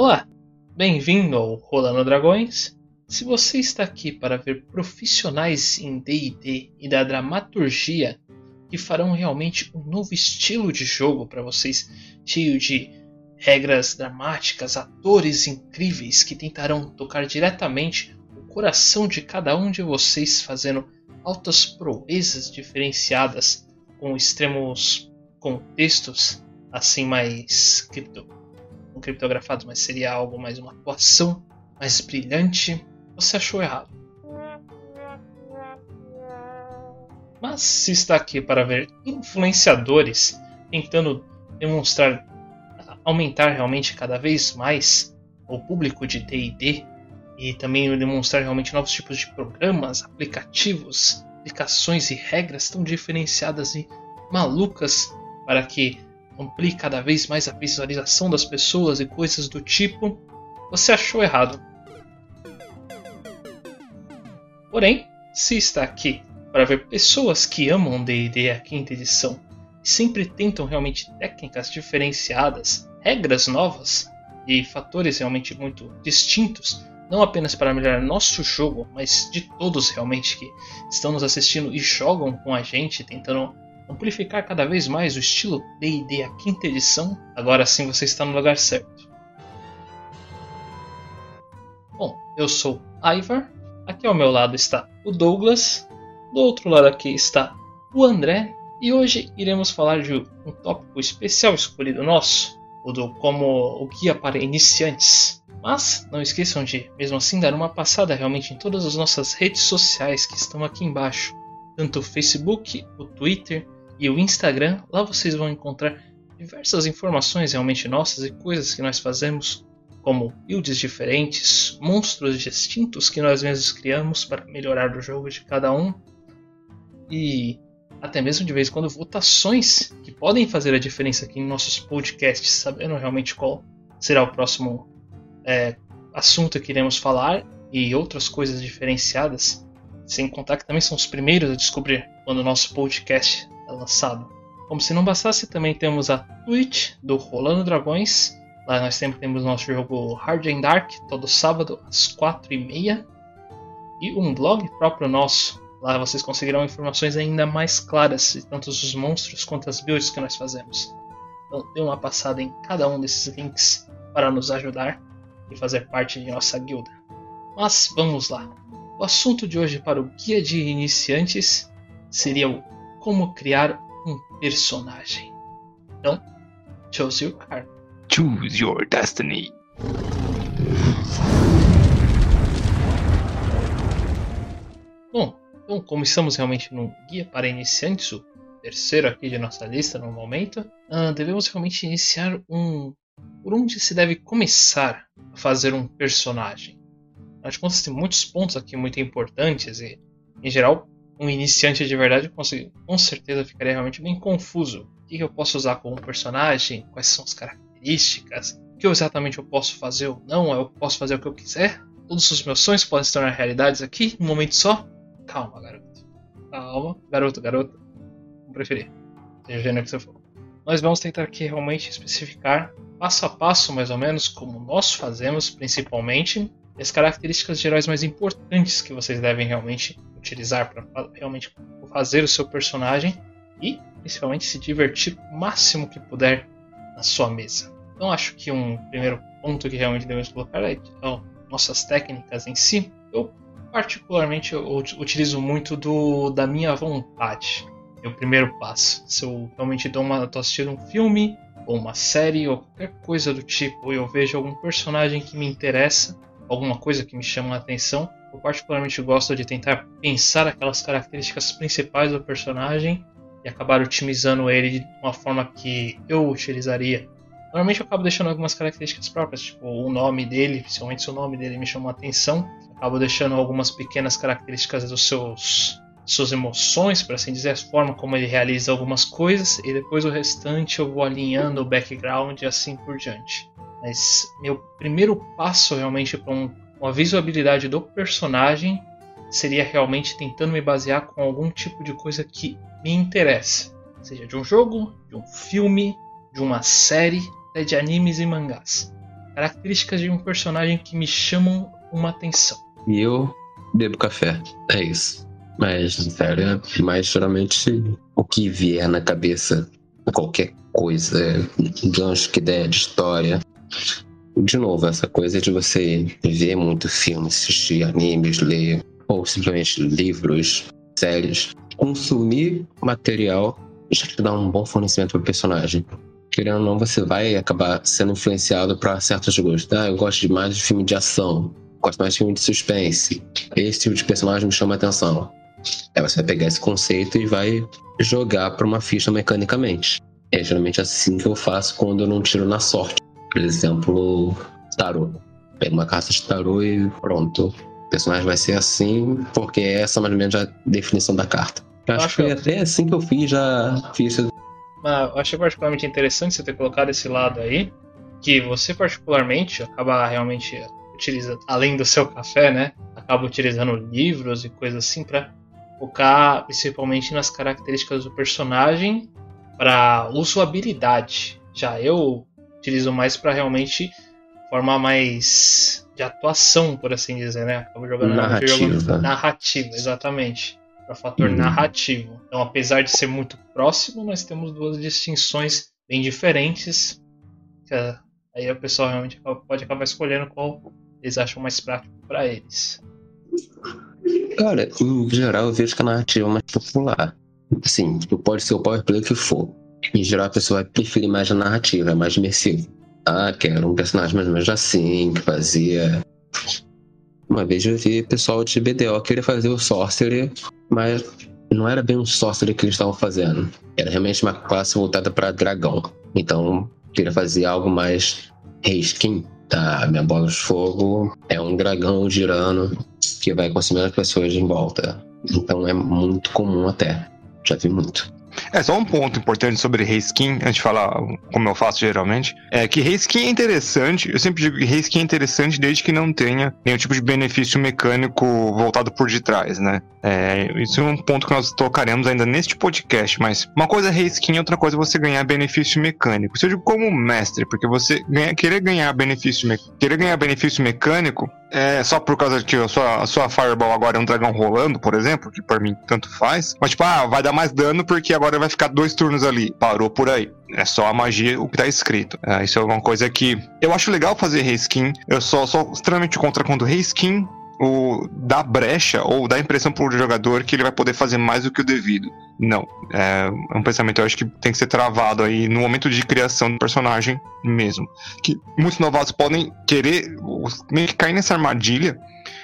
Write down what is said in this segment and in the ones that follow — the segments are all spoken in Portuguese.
Olá, bem-vindo ao Rolando Dragões. Se você está aqui para ver profissionais em D&D e da dramaturgia que farão realmente um novo estilo de jogo para vocês, cheio de regras dramáticas, atores incríveis que tentarão tocar diretamente o coração de cada um de vocês, fazendo altas proezas diferenciadas com extremos contextos assim mais criptografados, mas seria algo mais uma atuação mais brilhante, você achou errado. Mas se está aqui para ver influenciadores tentando demonstrar, aumentar realmente cada vez mais o público de D&D e também demonstrar realmente novos tipos de programas, aplicativos, aplicações e regras tão diferenciadas e malucas para que amplie cada vez mais a visualização das pessoas e coisas do tipo, você achou errado. Porém, se está aqui para ver pessoas que amam D&D a quinta edição e sempre tentam realmente técnicas diferenciadas, regras novas e fatores realmente muito distintos, não apenas para melhorar nosso jogo, mas de todos realmente que estão nos assistindo e jogam com a gente, tentando amplificar cada vez mais o estilo D&D a quinta edição, agora sim você está no lugar certo. Bom, eu sou Ivar, aqui ao meu lado está o Douglas, do outro lado aqui está o André, e hoje iremos falar de um tópico especial escolhido nosso, o do como o guia para iniciantes. Mas não esqueçam de, mesmo assim, dar uma passada realmente em todas as nossas redes sociais que estão aqui embaixo, tanto o Facebook, o Twitter e o Instagram. Lá vocês vão encontrar diversas informações realmente nossas e coisas que nós fazemos, como builds diferentes, monstros distintos que nós mesmos criamos para melhorar o jogo de cada um, e até mesmo de vez em quando votações que podem fazer a diferença aqui em nossos podcasts, sabendo realmente qual será o próximo assunto que iremos falar e outras coisas diferenciadas, sem contar que também são os primeiros a descobrir quando o nosso podcast é lançado. Como se não bastasse, também temos a Twitch do Rolando Dragões. Lá nós sempre temos nosso jogo Hard and Dark, todo sábado às 4h30. E um blog próprio nosso. Lá vocês conseguirão informações ainda mais claras de tanto os monstros quanto as builds que nós fazemos. Então dê uma passada em cada um desses links para nos ajudar e fazer parte de nossa guilda. Mas vamos lá. O assunto de hoje para o guia de iniciantes seria o como criar um personagem. Então, choose your card. Choose your destiny. Bom, então como estamos realmente num guia para iniciantes, o terceiro aqui de nossa lista no momento, devemos realmente iniciar por onde se deve começar a fazer um personagem. Afinal de contas, tem muitos pontos aqui muito importantes e, em geral, um iniciante de verdade com certeza ficaria realmente bem confuso. O que eu posso usar como personagem? Quais são as características? O que exatamente eu posso fazer ou não? Eu posso fazer o que eu quiser? Todos os meus sonhos podem se tornar realidades aqui, num momento só? Calma, garoto. Calma, garota. Vou preferir. Seja o gênero que você for. Nós vamos tentar aqui realmente especificar, passo a passo mais ou menos, como nós fazemos principalmente, e as características gerais mais importantes que vocês devem realmente utilizar para realmente fazer o seu personagem e principalmente se divertir o máximo que puder na sua mesa. Então acho que um primeiro ponto que realmente devemos colocar é nossas técnicas em si. Eu particularmente utilizo muito da minha vontade. É o primeiro passo. Se eu realmente estou assistindo um filme ou uma série ou qualquer coisa do tipo, ou eu vejo algum personagem que me interessa, alguma coisa que me chama a atenção, eu particularmente gosto de tentar pensar aquelas características principais do personagem e acabar otimizando ele de uma forma que eu utilizaria. Normalmente eu acabo deixando algumas características próprias, tipo o nome dele, principalmente se o nome dele me chama a atenção, acabo deixando algumas pequenas características dos suas emoções, por assim dizer, a forma como ele realiza algumas coisas, e depois o restante eu vou alinhando o background e assim por diante. Mas meu primeiro passo realmente para uma visualidade do personagem seria realmente tentando me basear com algum tipo de coisa que me interessa, seja de um jogo, de um filme, de uma série, até de animes e mangás. características de um personagem que me chamam uma atenção. E eu bebo café, é isso. Mas, sério, mas geralmente o que vier na cabeça, qualquer coisa, gancho que der de história. De novo, essa coisa de você ver muito filme, assistir animes, ler, ou simplesmente livros, séries. Consumir material já te dá um bom fornecimento para o personagem. Querendo ou não, você vai acabar sendo influenciado para certos gostos. Eu gosto demais de filme de ação, gosto mais de filme de suspense. Esse tipo de personagem me chama a atenção. Aí você vai pegar esse conceito e vai jogar para uma ficha mecanicamente. É geralmente assim que eu faço quando eu não tiro na sorte. Por exemplo, tarô. Pego uma carta de tarô e pronto. O personagem vai ser assim, porque essa é mais ou menos a definição da carta. Eu acho que foi até assim que eu fiz isso. Eu achei particularmente interessante você ter colocado esse lado aí, que você particularmente acaba realmente utilizando, além do seu café, né? Acaba utilizando livros e coisas assim para focar principalmente nas características do personagem para usabilidade. Já eu utilizo mais para realmente forma mais de atuação, por assim dizer, né? Acabo jogando narrativa, exatamente. Para fator narrativo. Então, apesar de ser muito próximo, nós temos duas distinções bem diferentes. Aí o pessoal realmente pode acabar escolhendo qual eles acham mais prático para eles. Cara, em geral eu vejo que a narrativa é mais popular. Assim, pode ser o powerplay que for. Em geral a pessoa vai preferir mais a narrativa, é mais imersivo. Quero um personagem mais ou menos assim, que fazia... Uma vez eu vi pessoal de BDO querer fazer o Sorcerer, mas não era bem um Sorcerer que eles estavam fazendo. Era realmente uma classe voltada para dragão. Então, queria fazer algo mais Reiskin. Minha bola de fogo é um dragão girando que vai consumindo as pessoas em volta. Então é muito comum até. Já vi muito. Só um ponto importante sobre Reiskin, antes de falar como eu faço geralmente, é que Reiskin é interessante, eu sempre digo que Reiskin é interessante desde que não tenha nenhum tipo de benefício mecânico voltado por detrás, né? Isso é um ponto que nós tocaremos ainda neste podcast, mas uma coisa é Reiskin, outra coisa é você ganhar benefício mecânico. Isso eu digo como mestre, porque você querer ganhar benefício mecânico só por causa que a sua Fireball agora é um dragão rolando, por exemplo, que pra mim tanto faz, mas tipo, vai dar mais dano porque agora vai ficar 2 turnos ali. Parou por aí. É só a magia, o que tá escrito. Isso é uma coisa que eu acho legal fazer reskin. Eu sou extremamente contra quando reskin dá brecha ou dá impressão pro jogador que ele vai poder fazer mais do que o devido. Não. É um pensamento eu acho que tem que ser travado aí no momento de criação do personagem mesmo. Que muitos novatos podem querer meio que cair nessa armadilha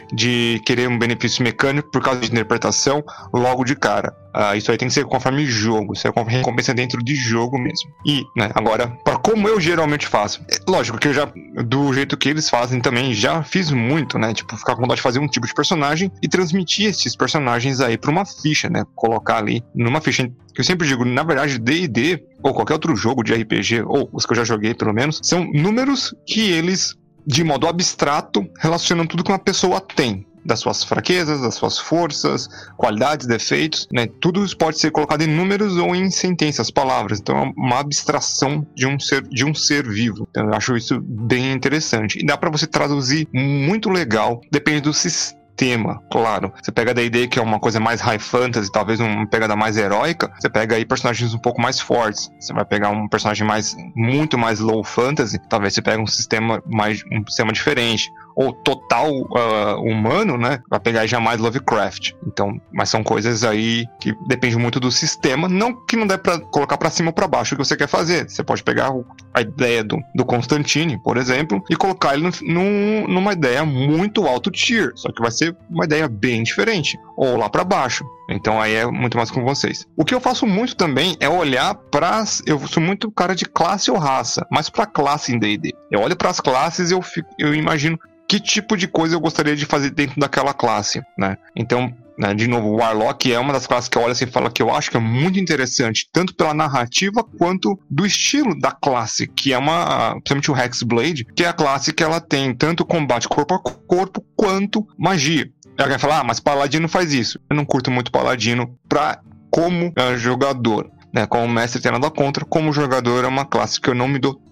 de querer um benefício mecânico por causa de interpretação logo de cara. Isso aí tem que ser conforme jogo, isso é recompensa dentro de jogo mesmo. E, né, agora, para como eu geralmente faço, lógico que eu já, do jeito que eles fazem também, já fiz muito, né, tipo, ficar com vontade de fazer um tipo de personagem e transmitir esses personagens aí para uma ficha, né, colocar ali numa ficha, que eu sempre digo, na verdade, D&D, ou qualquer outro jogo de RPG, ou os que eu já joguei pelo menos, são números que eles, de modo abstrato, relacionam tudo que uma pessoa tem, das suas fraquezas, das suas forças, qualidades, defeitos, né? Tudo isso pode ser colocado em números ou em sentenças, palavras. Então é uma abstração de um ser vivo. Então eu acho isso bem interessante. E dá para você traduzir muito legal, depende do sistema, claro. Você pega D&D, que é uma coisa mais high fantasy, talvez uma pegada mais heróica, você pega aí personagens um pouco mais fortes. Você vai pegar um personagem muito mais low fantasy, talvez você pegue um sistema diferente. Ou total humano, né? Vai pegar já mais Lovecraft. Então, mas são coisas aí que dependem muito do sistema. Não que não dê pra colocar pra cima ou pra baixo o que você quer fazer. Você pode pegar a ideia do Constantine, por exemplo, e colocar ele numa ideia muito alto tier. Só que vai ser uma ideia bem diferente. Ou lá pra baixo. Então aí é muito mais com vocês. O que eu faço muito também é olhar eu sou muito cara de classe ou raça, mas pra classe em D&D. Eu olho pras classes e eu imagino que tipo de coisa eu gostaria de fazer dentro daquela classe, né? Então, né, de novo, o Warlock é uma das classes que eu olho assim e falo que eu acho que é muito interessante, tanto pela narrativa quanto do estilo da classe, que é principalmente o Hexblade, que é a classe que ela tem tanto combate corpo a corpo quanto magia. Ela vai falar, mas Paladino faz isso. Eu não curto muito Paladino como jogador. Como mestre tem nada contra, como jogador é uma classe que eu não me dou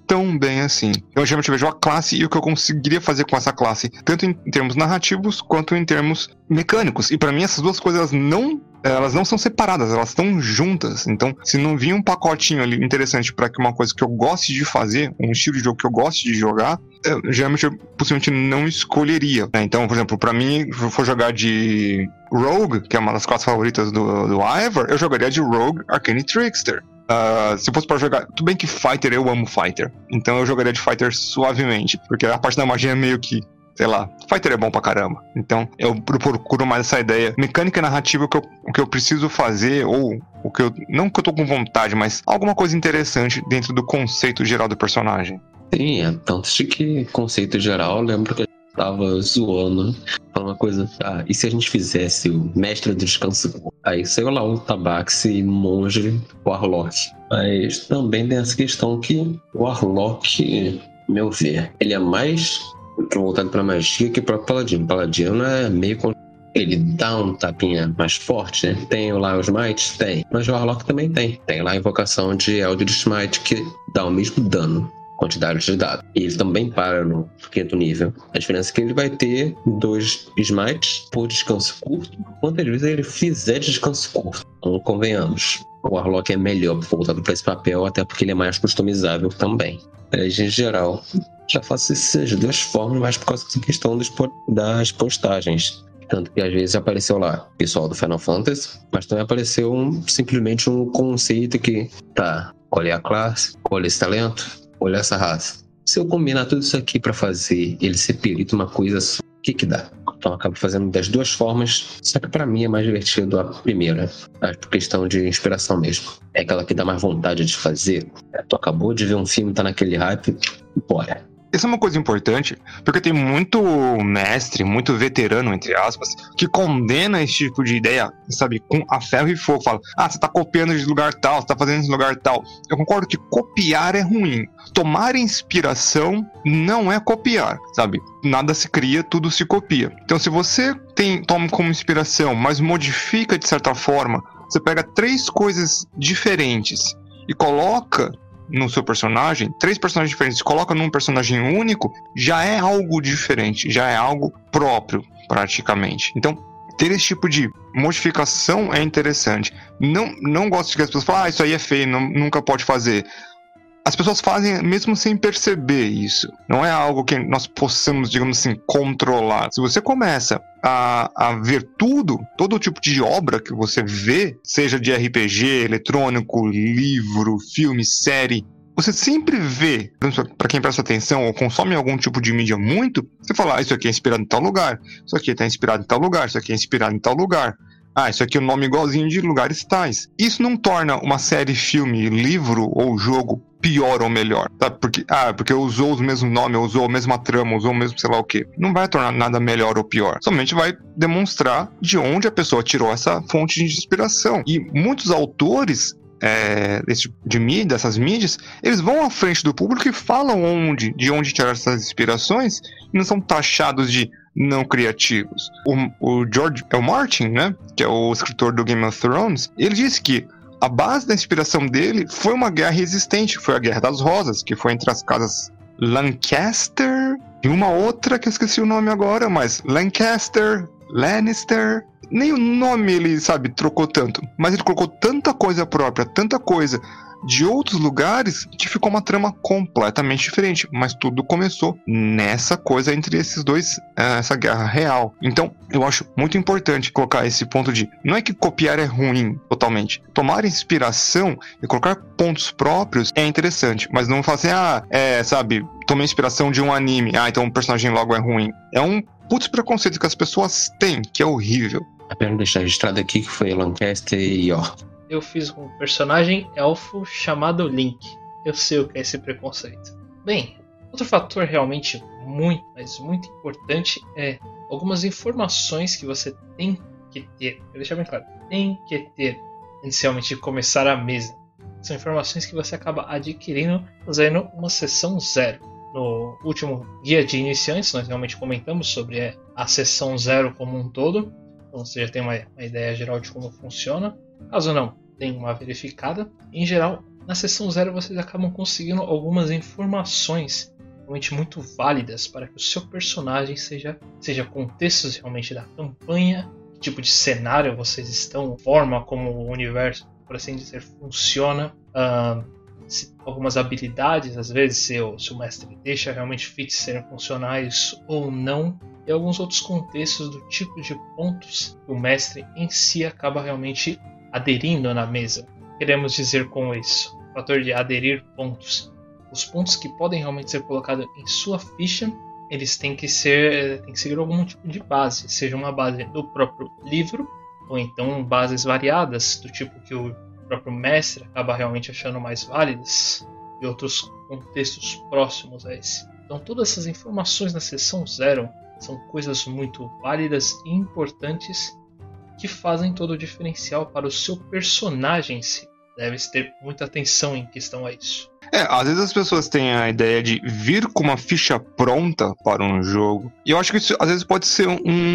tão bem assim. Eu geralmente vejo a classe e o que eu conseguiria fazer com essa classe, tanto em termos narrativos quanto em termos mecânicos. E pra mim essas duas coisas elas não são separadas, elas estão juntas. Então, se não vir um pacotinho ali interessante pra que uma coisa que eu goste de fazer, um estilo de jogo que eu goste de jogar, geralmente eu possivelmente não escolheria, né? Então, por exemplo, pra mim, se eu for jogar de Rogue, que é uma das classes favoritas do Ivor, eu jogaria de Rogue Arcane Trickster. Se fosse pra jogar, tudo bem que Fighter, eu amo Fighter, então eu jogaria de Fighter suavemente, porque a parte da magia é meio que, sei lá, Fighter é bom pra caramba. Então eu procuro mais essa ideia mecânica e narrativa, o que eu preciso fazer, ou o que eu, não que eu tô com vontade, mas alguma coisa interessante dentro do conceito geral do personagem. Sim, é tanto de que conceito geral, eu lembro que a gente tava zoando, falando uma coisa, e se a gente fizesse o Mestre do Descanso? Aí saiu lá o Tabaxi, Monge, Warlock. Mas também tem essa questão que o Warlock, meu ver, ele é mais voltado pra magia que o próprio Paladino. O Paladino é meio... Ele dá um tapinha mais forte, né? Tem lá os Mites? Tem. Mas o Warlock também tem. Tem lá a invocação de Eldritch Might que dá o mesmo dano, quantidade de dados. E ele também para no 5º nível. A diferença é que ele vai ter 2 smites por descanso curto, quantas vezes ele fizer descanso curto. Então, convenhamos, o Warlock é melhor voltado para esse papel, até porque ele é mais customizável também. Mas, em geral, já faço essas duas formas, mas por causa dessa questão das postagens. Tanto que às vezes apareceu lá o pessoal do Final Fantasy, mas também apareceu simplesmente um conceito que, olha a classe, olha esse talento, olha essa raça. Se eu combinar tudo isso aqui pra fazer ele ser perito uma coisa só, o que dá? Então eu acabo fazendo das duas formas, só que pra mim é mais divertido a primeira, por questão de inspiração mesmo. É aquela que dá mais vontade de fazer. Tu acabou de ver um filme, tá naquele hype, bora. Isso é uma coisa importante, porque tem muito mestre, muito veterano, entre aspas, que condena esse tipo de ideia, sabe, com a ferro e fogo. Fala, você tá copiando de lugar tal, você tá fazendo de lugar tal. Eu concordo que copiar é ruim. Tomar inspiração não é copiar, sabe? Nada se cria, tudo se copia. Então, se você toma como inspiração, mas modifica de certa forma, você pega 3 coisas diferentes e coloca no seu personagem, 3 personagens diferentes, coloca num personagem único, já é algo diferente, já é algo próprio, praticamente. Então, ter esse tipo de modificação é interessante. Não gosto de que as pessoas falem, isso aí é feio, nunca pode fazer. As pessoas fazem mesmo sem perceber isso. Não é algo que nós possamos, digamos assim, controlar. Se você começa a ver todo tipo de obra que você vê, seja de RPG, eletrônico, livro, filme, série, você sempre vê, para quem presta atenção ou consome algum tipo de mídia muito, você fala, isso aqui é inspirado em tal lugar, isso aqui está inspirado em tal lugar, isso aqui é inspirado em tal lugar. Isso aqui é um nome igualzinho de lugares tais. Isso não torna uma série, filme, livro ou jogo pior ou melhor, sabe? Porque usou os mesmos nomes, usou a mesma trama, usou o mesmo sei lá o quê. Não vai tornar nada melhor ou pior. Somente vai demonstrar de onde a pessoa tirou essa fonte de inspiração. E muitos autores dessas mídias, eles vão à frente do público e falam de onde tirar essas inspirações e não são taxados de não criativos. O George R. Martin, né, que é o escritor do Game of Thrones, ele disse que a base da inspiração dele foi uma guerra existente, que foi a Guerra das Rosas, que foi entre as casas Lancaster e uma outra que eu esqueci o nome agora, mas Lancaster, Lannister, nem o nome ele, sabe, trocou tanto, mas ele colocou tanta coisa própria, tanta coisa de outros lugares, que ficou uma trama completamente diferente, mas tudo começou nessa coisa entre esses dois, essa guerra real. Então, eu acho muito importante colocar esse ponto de, não é que copiar é ruim totalmente, tomar inspiração e colocar pontos próprios é interessante, mas não falar assim, sabe, tomei inspiração de um anime, então o personagem logo é ruim. É um putz preconceito que as pessoas têm, que é horrível. Apenas deixar registrado aqui que foi Lancaster e York. Eu fiz um personagem elfo chamado Link. Eu sei o que é esse preconceito. Bem, outro fator realmente muito, mas muito importante é algumas informações que você tem que ter. Vou deixar bem claro. Tem que ter inicialmente de começar a mesa. São informações que você acaba adquirindo fazendo uma sessão 0. No último guia de iniciantes, nós realmente comentamos sobre a sessão 0 como um todo. Então você já tem uma ideia geral de como funciona. Caso não, tem uma verificada. Em geral, na sessão 0 vocês acabam conseguindo algumas informações realmente muito válidas para que o seu personagem seja contextos realmente da campanha, que tipo de cenário vocês estão, forma como o universo, por assim dizer, funciona, algumas habilidades, às vezes se o mestre deixa realmente feats serem funcionais ou não, e alguns outros contextos do tipo de pontos que o mestre em si acaba realmente aderindo na mesa. Queremos dizer com isso, o fator de aderir pontos. Os pontos que podem realmente ser colocados em sua ficha, eles têm que seguir algum tipo de base, seja uma base do próprio livro, ou então bases variadas, do tipo que o próprio mestre acaba realmente achando mais válidas, e outros contextos próximos a esse. Então todas essas informações na sessão 0 são coisas muito válidas e importantes que fazem todo o diferencial para o seu personagem em si. Deve-se ter muita atenção em questão a isso. Às vezes as pessoas têm a ideia de vir com uma ficha pronta para um jogo. E eu acho que isso às vezes pode ser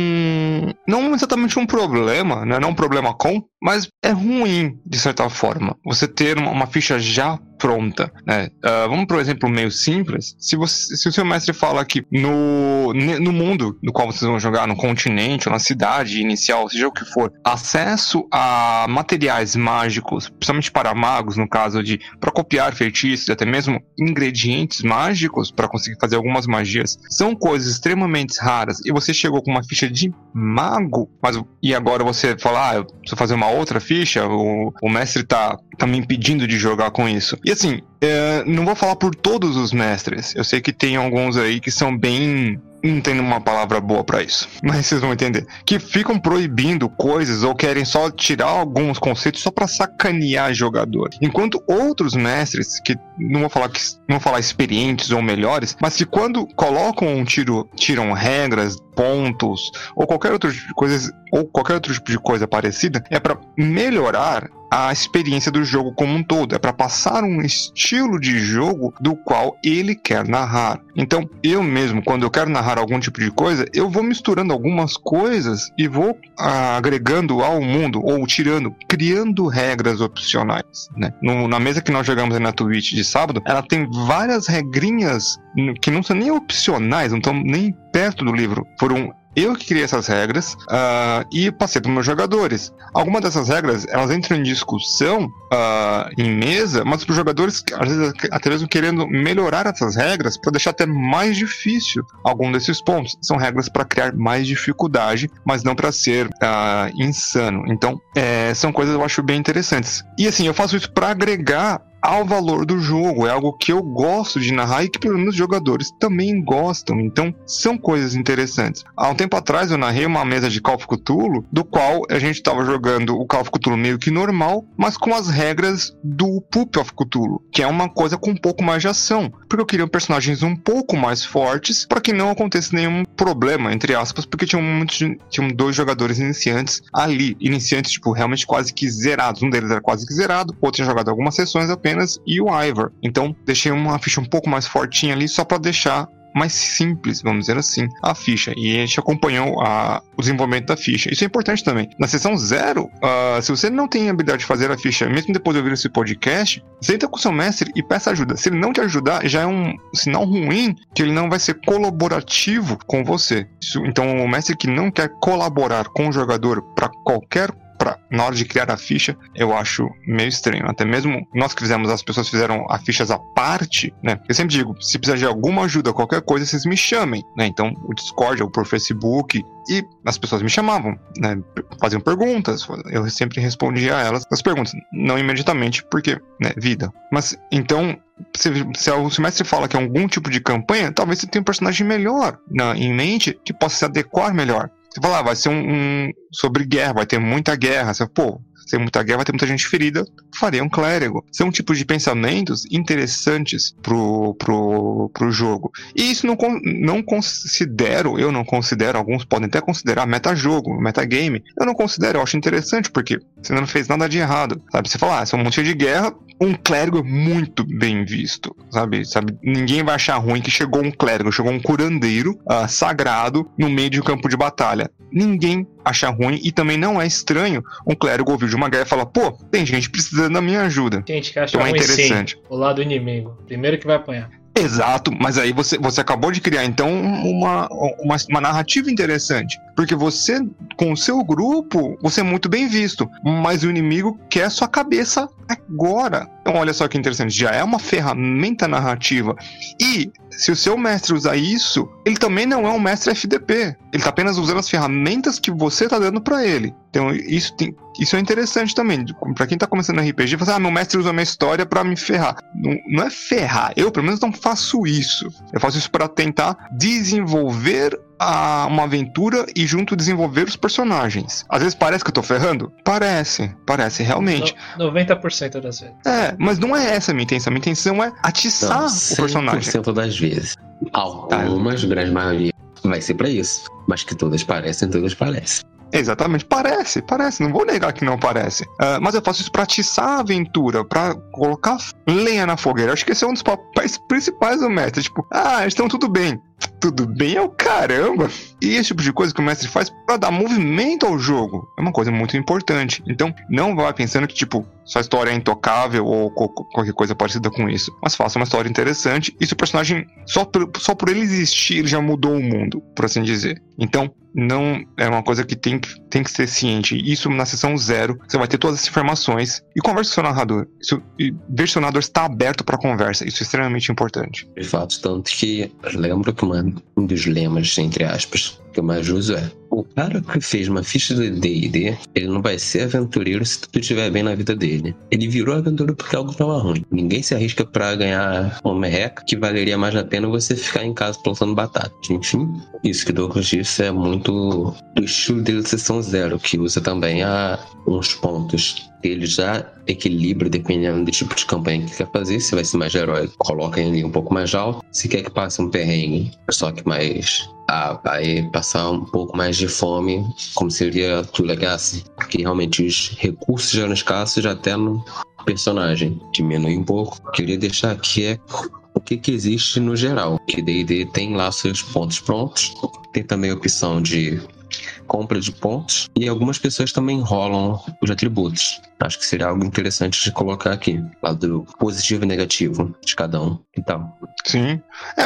não exatamente um problema, né? Não um problema mas é ruim, de certa forma, você ter uma ficha já pronta, né? Vamos para um exemplo meio simples. Se o seu mestre fala que no mundo no qual vocês vão jogar, no continente ou na cidade inicial, seja o que for, acesso a materiais mágicos, principalmente para magos, no caso para copiar feitiços, até mesmo ingredientes mágicos para conseguir fazer algumas magias, são coisas extremamente raras, e você chegou com uma ficha de mago, e agora você fala, eu preciso fazer uma outra ficha, o mestre tá me impedindo de jogar com isso. E assim, não vou falar por todos os mestres, eu sei que tem alguns aí que são bem... Não tem uma palavra boa pra isso, mas vocês vão entender. Que ficam proibindo coisas ou querem só tirar alguns conceitos só pra sacanear jogador. Enquanto outros mestres, que não vou falar experientes ou melhores, mas que quando colocam tiram regras, pontos ou qualquer outro tipo de coisa parecida, é pra melhorar a experiência do jogo como um todo, é para passar um estilo de jogo do qual ele quer narrar. Então, eu mesmo, quando eu quero narrar algum tipo de coisa, eu vou misturando algumas coisas e vou agregando ao mundo, ou criando regras opcionais, né? Na mesa que nós jogamos aí na Twitch de sábado, ela tem várias regrinhas que não são nem opcionais, não estão nem perto do livro. Foram eu que criei essas regras e passei para os meus jogadores. Algumas dessas regras, elas entram em discussão em mesa, mas para os jogadores, às vezes, até mesmo querendo melhorar essas regras para deixar até mais difícil algum desses pontos. São regras para criar mais dificuldade, mas não para ser insano. Então, são coisas que eu acho bem interessantes. E assim, eu faço isso para agregar ao valor do jogo, é algo que eu gosto de narrar e que pelo menos os jogadores também gostam, então são coisas interessantes. Há um tempo atrás eu narrei uma mesa de Call of Cthulhu, do qual a gente estava jogando o Call of Cthulhu meio que normal, mas com as regras do Pup of Cthulhu, que é uma coisa com um pouco mais de ação, porque eu queria personagens um pouco mais fortes, para que não acontecesse nenhum problema, entre aspas, porque tinham 2 jogadores iniciantes ali, tipo, realmente quase que zerados, um deles era quase que zerado, o outro tinha jogado algumas sessões apenas, e o Ivor. Então deixei uma ficha um pouco mais fortinha ali, só para deixar mais simples, vamos dizer assim, a ficha. E a gente acompanhou o desenvolvimento da ficha. Isso é importante também. Na sessão 0, se você não tem habilidade de fazer a ficha, mesmo depois de ouvir esse podcast, senta com o seu mestre e peça ajuda. Se ele não te ajudar, já é um sinal ruim que ele não vai ser colaborativo com você. Então o mestre que não quer colaborar com o jogador para na hora de criar a ficha, eu acho meio estranho. Até mesmo nós que fizemos, as pessoas fizeram as fichas à parte, né? Eu sempre digo, se precisar de alguma ajuda, qualquer coisa, vocês me chamem, né? Então, o Discord ou por Facebook, e as pessoas me chamavam, né? Faziam perguntas, eu sempre respondia a elas as perguntas, não imediatamente, porque, né, vida. Mas, então, se o mestre fala que é algum tipo de campanha, talvez você tenha um personagem melhor em mente, que possa se adequar melhor. Você fala, vai ser sobre guerra, vai ter muita guerra. Você fala, se tem muita guerra, vai ter muita gente ferida. Faria um clérigo. São tipos de pensamentos interessantes pro jogo. E isso eu não considero, alguns podem até considerar metajogo, metagame. Eu não considero, eu acho interessante, porque você não fez nada de errado. Sabe? Você fala, são um monte de guerra, um clérigo é muito bem visto, sabe? Ninguém vai achar ruim que chegou um clérigo, chegou um curandeiro sagrado no meio de um campo de batalha. Ninguém acha ruim, e também não é estranho um clérigo ouvir de uma guerra e falar, pô, tem gente precisando da minha ajuda. Gente que acha Então é ruim, interessante. sim. O lado inimigo. Primeiro que vai apanhar. Exato, mas aí você acabou de criar então uma narrativa interessante, porque você, com o seu grupo, você é muito bem visto, mas o inimigo quer sua cabeça agora. Então olha só que interessante, já é uma ferramenta narrativa, e se o seu mestre usar isso, ele também não é um mestre FDP, ele tá apenas usando as ferramentas que você tá dando pra ele. Então isso é interessante também, pra quem tá começando no RPG, fala assim, meu mestre usa a minha história pra me ferrar. Não é ferrar, eu pelo menos não faço isso. Eu faço isso pra tentar desenvolver uma aventura e junto desenvolver os personagens. Às vezes parece que eu tô ferrando? Parece realmente. 90% das vezes. Mas não é essa a minha intenção. A minha intenção é atiçar o personagem. 100% das vezes. Algumas, grande maioria, vai ser pra isso. Mas que todas parecem. Exatamente, parece, não vou negar que não parece, mas eu faço isso pra atiçar a aventura, pra colocar lenha na fogueira. Acho que esse é um dos papéis principais do mestre, tipo, estão tudo bem é o caramba, e esse tipo de coisa que o mestre faz pra dar movimento ao jogo, é uma coisa muito importante. Então não vá pensando que tipo, sua história é intocável ou qualquer coisa parecida com isso, mas faça uma história interessante, e seu personagem, só por ele existir, ele já mudou o mundo, por assim dizer. Então não é uma coisa que tem que ser ciente. Isso na sessão 0, você vai ter todas as informações e conversa com o seu narrador. E ver se o narrador está aberto para conversa. Isso é extremamente importante. De fato, tanto que lembro que um dos lemas, entre aspas, que eu mais uso é: o cara que fez uma ficha de D&D, ele não vai ser aventureiro se tudo estiver bem na vida dele. Ele virou aventureiro porque algo estava ruim. Ninguém se arrisca pra ganhar uma merreca, que valeria mais a pena você ficar em casa plantando batata. Enfim, isso que Douglas disse é muito do estilo dele de sessão 0, que usa também uns pontos. Ele já equilibra dependendo do tipo de campanha que quer fazer. Se vai ser mais heróico, coloca ele um pouco mais alto. Se quer que passe um perrengue, só que mais... vai passar um pouco mais de fome, como seria tu Legacy, porque realmente os recursos já eram escassos já até no personagem. Diminui um pouco. O que eu queria deixar aqui é o que existe no geral. Que D&D tem lá seus pontos prontos, tem também a opção de compra de pontos, e algumas pessoas também enrolam os atributos. Acho que seria algo interessante de colocar aqui, lado positivo e negativo de cada um e tal. Sim.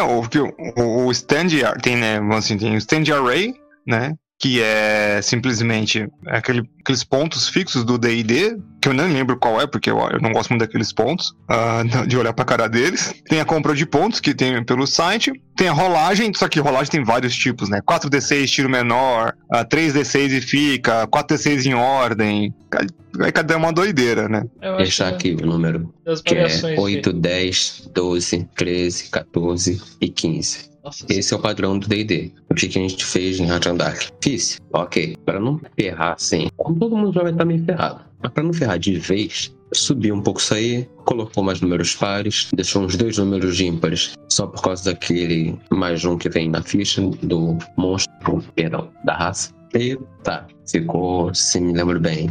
O stand tem, né, assim, tem o stand array, né, que é simplesmente aqueles pontos fixos do D&D, que eu nem lembro qual é, porque eu não gosto muito daqueles pontos, de olhar pra cara deles. Tem a compra de pontos, que tem pelo site. Tem a rolagem, só que rolagem tem vários tipos, né? 4d6 tiro menor, 3d6 e fica, 4d6 em ordem. Aí cada uma doideira, né? Deixar aqui o número, que é 8, 10, 12, 13, 14 e 15. Nossa, esse é o padrão do D&D. O que a gente fez em Heart and Dark? Fiz, ok. Para não ferrar assim, como todo mundo já vai estar meio ferrado. Mas para não ferrar de vez, subiu um pouco isso aí, colocou mais números pares, deixou uns 2 números ímpares, só por causa daquele mais um que vem na ficha do monstro, perdão, da raça. E tá, ficou, se me lembro bem,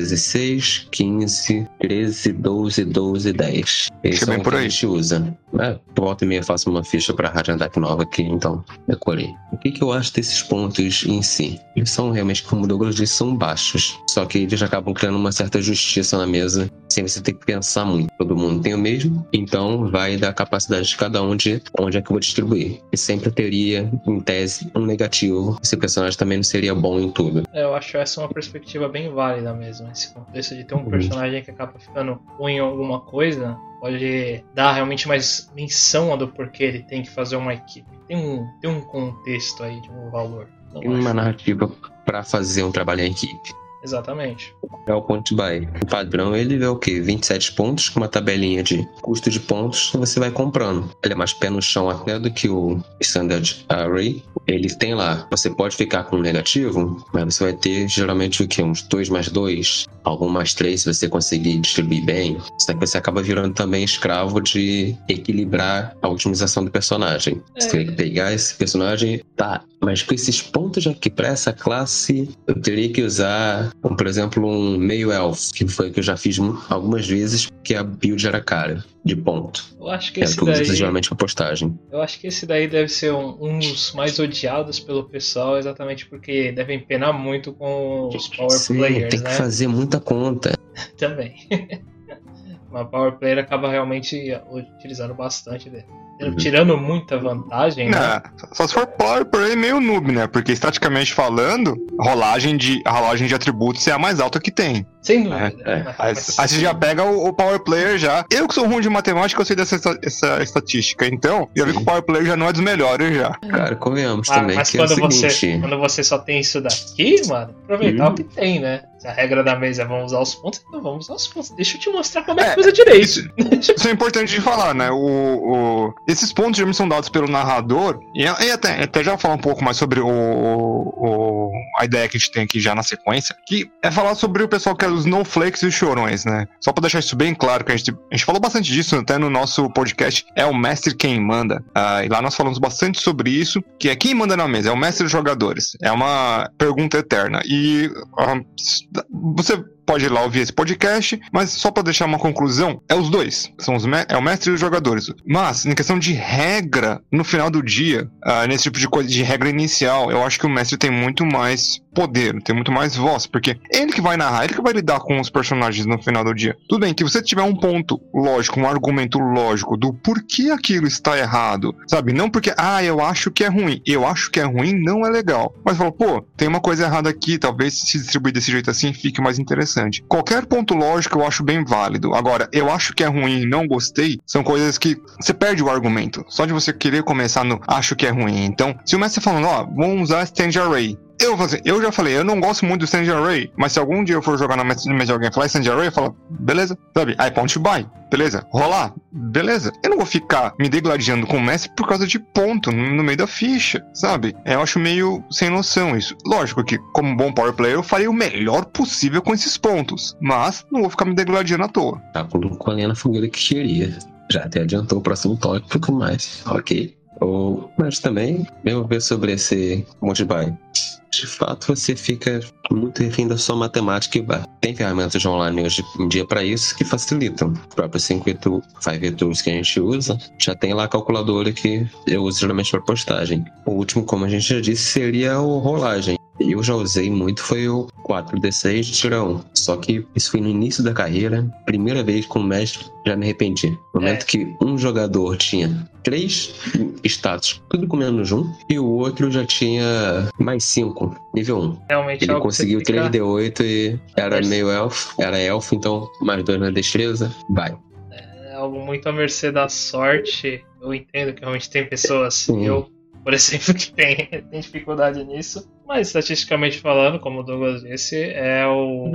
16, 15, 13, 12, 12, 10. Esse é o que a gente usa. Volta e meia eu faço uma ficha pra Heart and Dark nova aqui, então decorei. O que eu acho desses pontos em si? Eles são realmente, como o Douglas disse, são baixos. Só que eles acabam criando uma certa justiça na mesa, sem você ter que pensar muito. Todo mundo tem o mesmo, então vai da capacidade de cada um de onde é que eu vou distribuir. E sempre teria, em tese, um negativo. Esse personagem também não seria bom em tudo. Eu acho essa uma perspectiva bem válida mesmo. Esse contexto de ter um personagem que acaba ficando ruim em alguma coisa pode dar realmente mais menção do porquê ele tem que fazer uma equipe. Tem um contexto aí de um valor. Tem uma narrativa para fazer um trabalho em equipe. Exatamente. É o point buy. O padrão ele é o quê? 27 pontos com uma tabelinha de custo de pontos que você vai comprando. Ele é mais pé no chão até do que o Standard Array. Ele tem lá, você pode ficar com um negativo, mas você vai ter geralmente o quê? Uns 2 mais 2, algum mais 3 se você conseguir distribuir bem. Só que você acaba virando também escravo de equilibrar a otimização do personagem. Você tem que pegar esse personagem, tá, mas com esses pontos aqui para essa classe, eu teria que usar, por exemplo, um meio elf, que foi o que eu já fiz algumas vezes, porque a build era cara, de ponto. Eu acho que Era esse tudo daí. geralmente com postagem. Eu acho que esse daí deve ser um dos mais odiados pelo pessoal, exatamente porque devem penar muito com os power Sim, players, tem que né? fazer muita conta. Também. Mas power player acaba realmente utilizando bastante dele. Tirando muita vantagem, né? Só se for power play meio noob, né? Porque estaticamente falando, a rolagem de atributos é a mais alta que tem. Sem dúvida. Aí você já pega o power player já. Eu que sou ruim de matemática, eu sei dessa estatística. Então, eu vi que o power player já não é dos melhores já. Cara, convenhamos também Mas que é o seguinte... quando você só tem isso daqui, mano, aproveitar o que tem, né? Se a regra da mesa é vamos usar os pontos, então vamos usar os pontos. Deixa eu te mostrar como é que usa direito. Isso é importante de falar, né? Esses pontos geralmente são dados pelo narrador. E até já falar um pouco mais sobre a ideia que a gente tem aqui já na sequência. Que é falar sobre o pessoal que é os snowflakes e os chorões, né? Só pra deixar isso bem claro, que a gente falou bastante disso até no nosso podcast. É o mestre quem manda. E lá nós falamos bastante sobre isso. Que é quem manda na mesa. É o mestre dos jogadores. É uma pergunta eterna. E você pode ir lá ouvir esse podcast, mas só pra deixar uma conclusão, é os dois. É o mestre e os jogadores. Mas, em questão de regra, no final do dia, nesse tipo de coisa, de regra inicial, eu acho que o mestre tem muito mais poder, tem muito mais voz, porque ele que vai narrar, ele que vai lidar com os personagens no final do dia. Tudo bem que você tiver um ponto lógico, um argumento lógico do porquê aquilo está errado, sabe? Não porque, eu acho que é ruim. Eu acho que é ruim, não é legal. Mas fala, pô, tem uma coisa errada aqui, talvez se distribuir desse jeito assim fique mais interessante. Qualquer ponto lógico eu acho bem válido. Agora, eu acho que é ruim e não gostei, são coisas que você perde o argumento. Só de você querer começar no acho que é ruim. Então, se o mestre falando, vamos usar Stand Array. Eu já falei, eu não gosto muito do Stand Array, mas se algum dia eu for jogar na mesa de alguém e falar Stand Array, eu falo, beleza, sabe? Aí point buy, beleza, rolar, beleza. Eu não vou ficar me degladiando com o mestre por causa de ponto no meio da ficha, sabe? Eu acho meio sem noção isso. Lógico que, como um bom power player, eu farei o melhor possível com esses pontos, mas não vou ficar me degladiando à toa. Tá com a lenha na fogueira que queria. Já até adiantou o próximo tópico, mas ok. Mas também, mesmo ver sobre esse multi-buy. De fato, você fica muito refém da sua matemática e tem ferramentas online hoje em dia para isso que facilitam. O próprio 5 Tools que a gente usa já tem lá a calculadora que eu uso geralmente para postagem. O último, como a gente já disse, seria o rolagem. Eu já usei muito, foi o 4D6 de tira 1. Só que isso foi no início da carreira, primeira vez com o mestre, já me arrependi. No momento que um jogador tinha 3 status, tudo com menos 1, e o outro já tinha mais 5, nível 1. Realmente ele conseguiu 3D8 e era meio elfo, então mais 2 na destreza, vai. É algo muito à mercê da sorte. Eu entendo que realmente tem pessoas, eu, por exemplo, que tem dificuldade nisso. Mas, estatisticamente falando, como o Douglas disse, é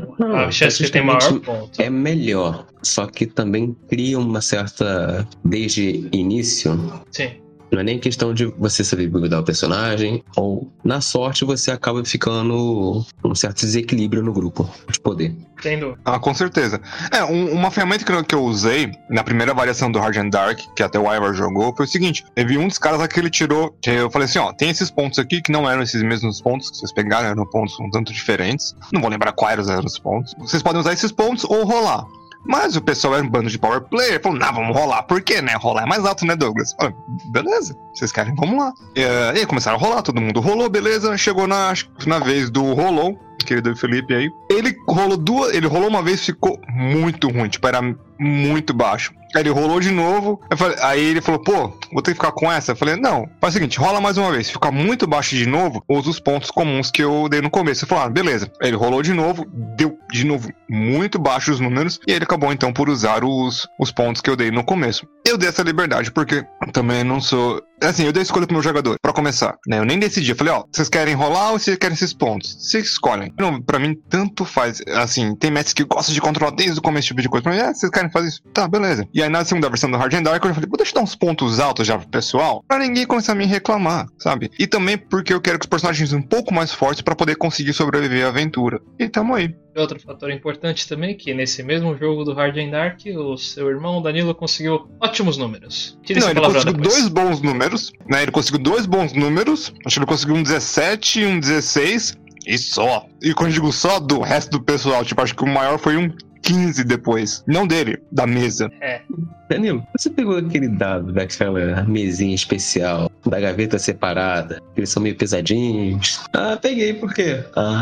a chance que tem maior ponto. É melhor, só que também cria uma certa... Desde início... Sim. Não é nem questão de você saber buildar o personagem, ou na sorte você acaba ficando um certo desequilíbrio no grupo de poder. Entendo. Com certeza. Uma ferramenta que eu usei na primeira variação do Hard and Dark, que até o Ivar jogou, foi o seguinte: teve um dos caras lá que ele tirou, que eu falei assim, tem esses pontos aqui que não eram esses mesmos pontos que vocês pegaram, eram pontos um tanto diferentes. Não vou lembrar quais eram os pontos. Vocês podem usar esses pontos ou rolar. Mas o pessoal era um bando de power player, falou, vamos rolar, por quê, né? Rolar é mais alto, né, Douglas? Falei, beleza, vocês querem, vamos lá. E aí começaram a rolar, todo mundo rolou, beleza, chegou na vez do rolou, querido Felipe aí. Ele rolou uma vez, ficou muito ruim, era muito baixo. Aí ele rolou de novo, aí ele falou, vou ter que ficar com essa? Eu falei, não, faz o seguinte, rola mais uma vez, se ficar muito baixo de novo, usa os pontos comuns que eu dei no começo. Eu falei, beleza. Aí ele rolou de novo, deu de novo muito baixo os números, e ele acabou então por usar os pontos que eu dei no começo. Eu dei essa liberdade, porque também não sou... Assim, eu dei a escolha pro meu jogador, pra começar, né? Eu nem decidi, eu falei, vocês querem rolar ou vocês querem esses pontos? Vocês escolhem. Não, pra mim, tanto faz. Assim, tem mestres que gostam de controlar desde o começo esse tipo de coisa. Pra mim, vocês querem fazer isso? Tá, beleza. E aí, na segunda versão do Hard and Dark, eu falei, deixa eu dar uns pontos altos já pro pessoal, pra ninguém começar a me reclamar, sabe? E também porque eu quero que os personagens um pouco mais fortes pra poder conseguir sobreviver à aventura. E tamo aí. Outro fator importante também, que nesse mesmo jogo do Hard and Dark, o seu irmão Danilo conseguiu ótimos números. Ele conseguiu 2 bons números, né? Ele conseguiu 2 bons números, acho que ele conseguiu um 17 e um 16. E só. E quando eu digo só, do resto do pessoal. Tipo, acho que o maior foi um 15 depois. Não dele, da mesa. Danilo, você pegou aquele dado daquela mesinha especial, da gaveta separada, que eles são meio pesadinhos? Peguei, por quê?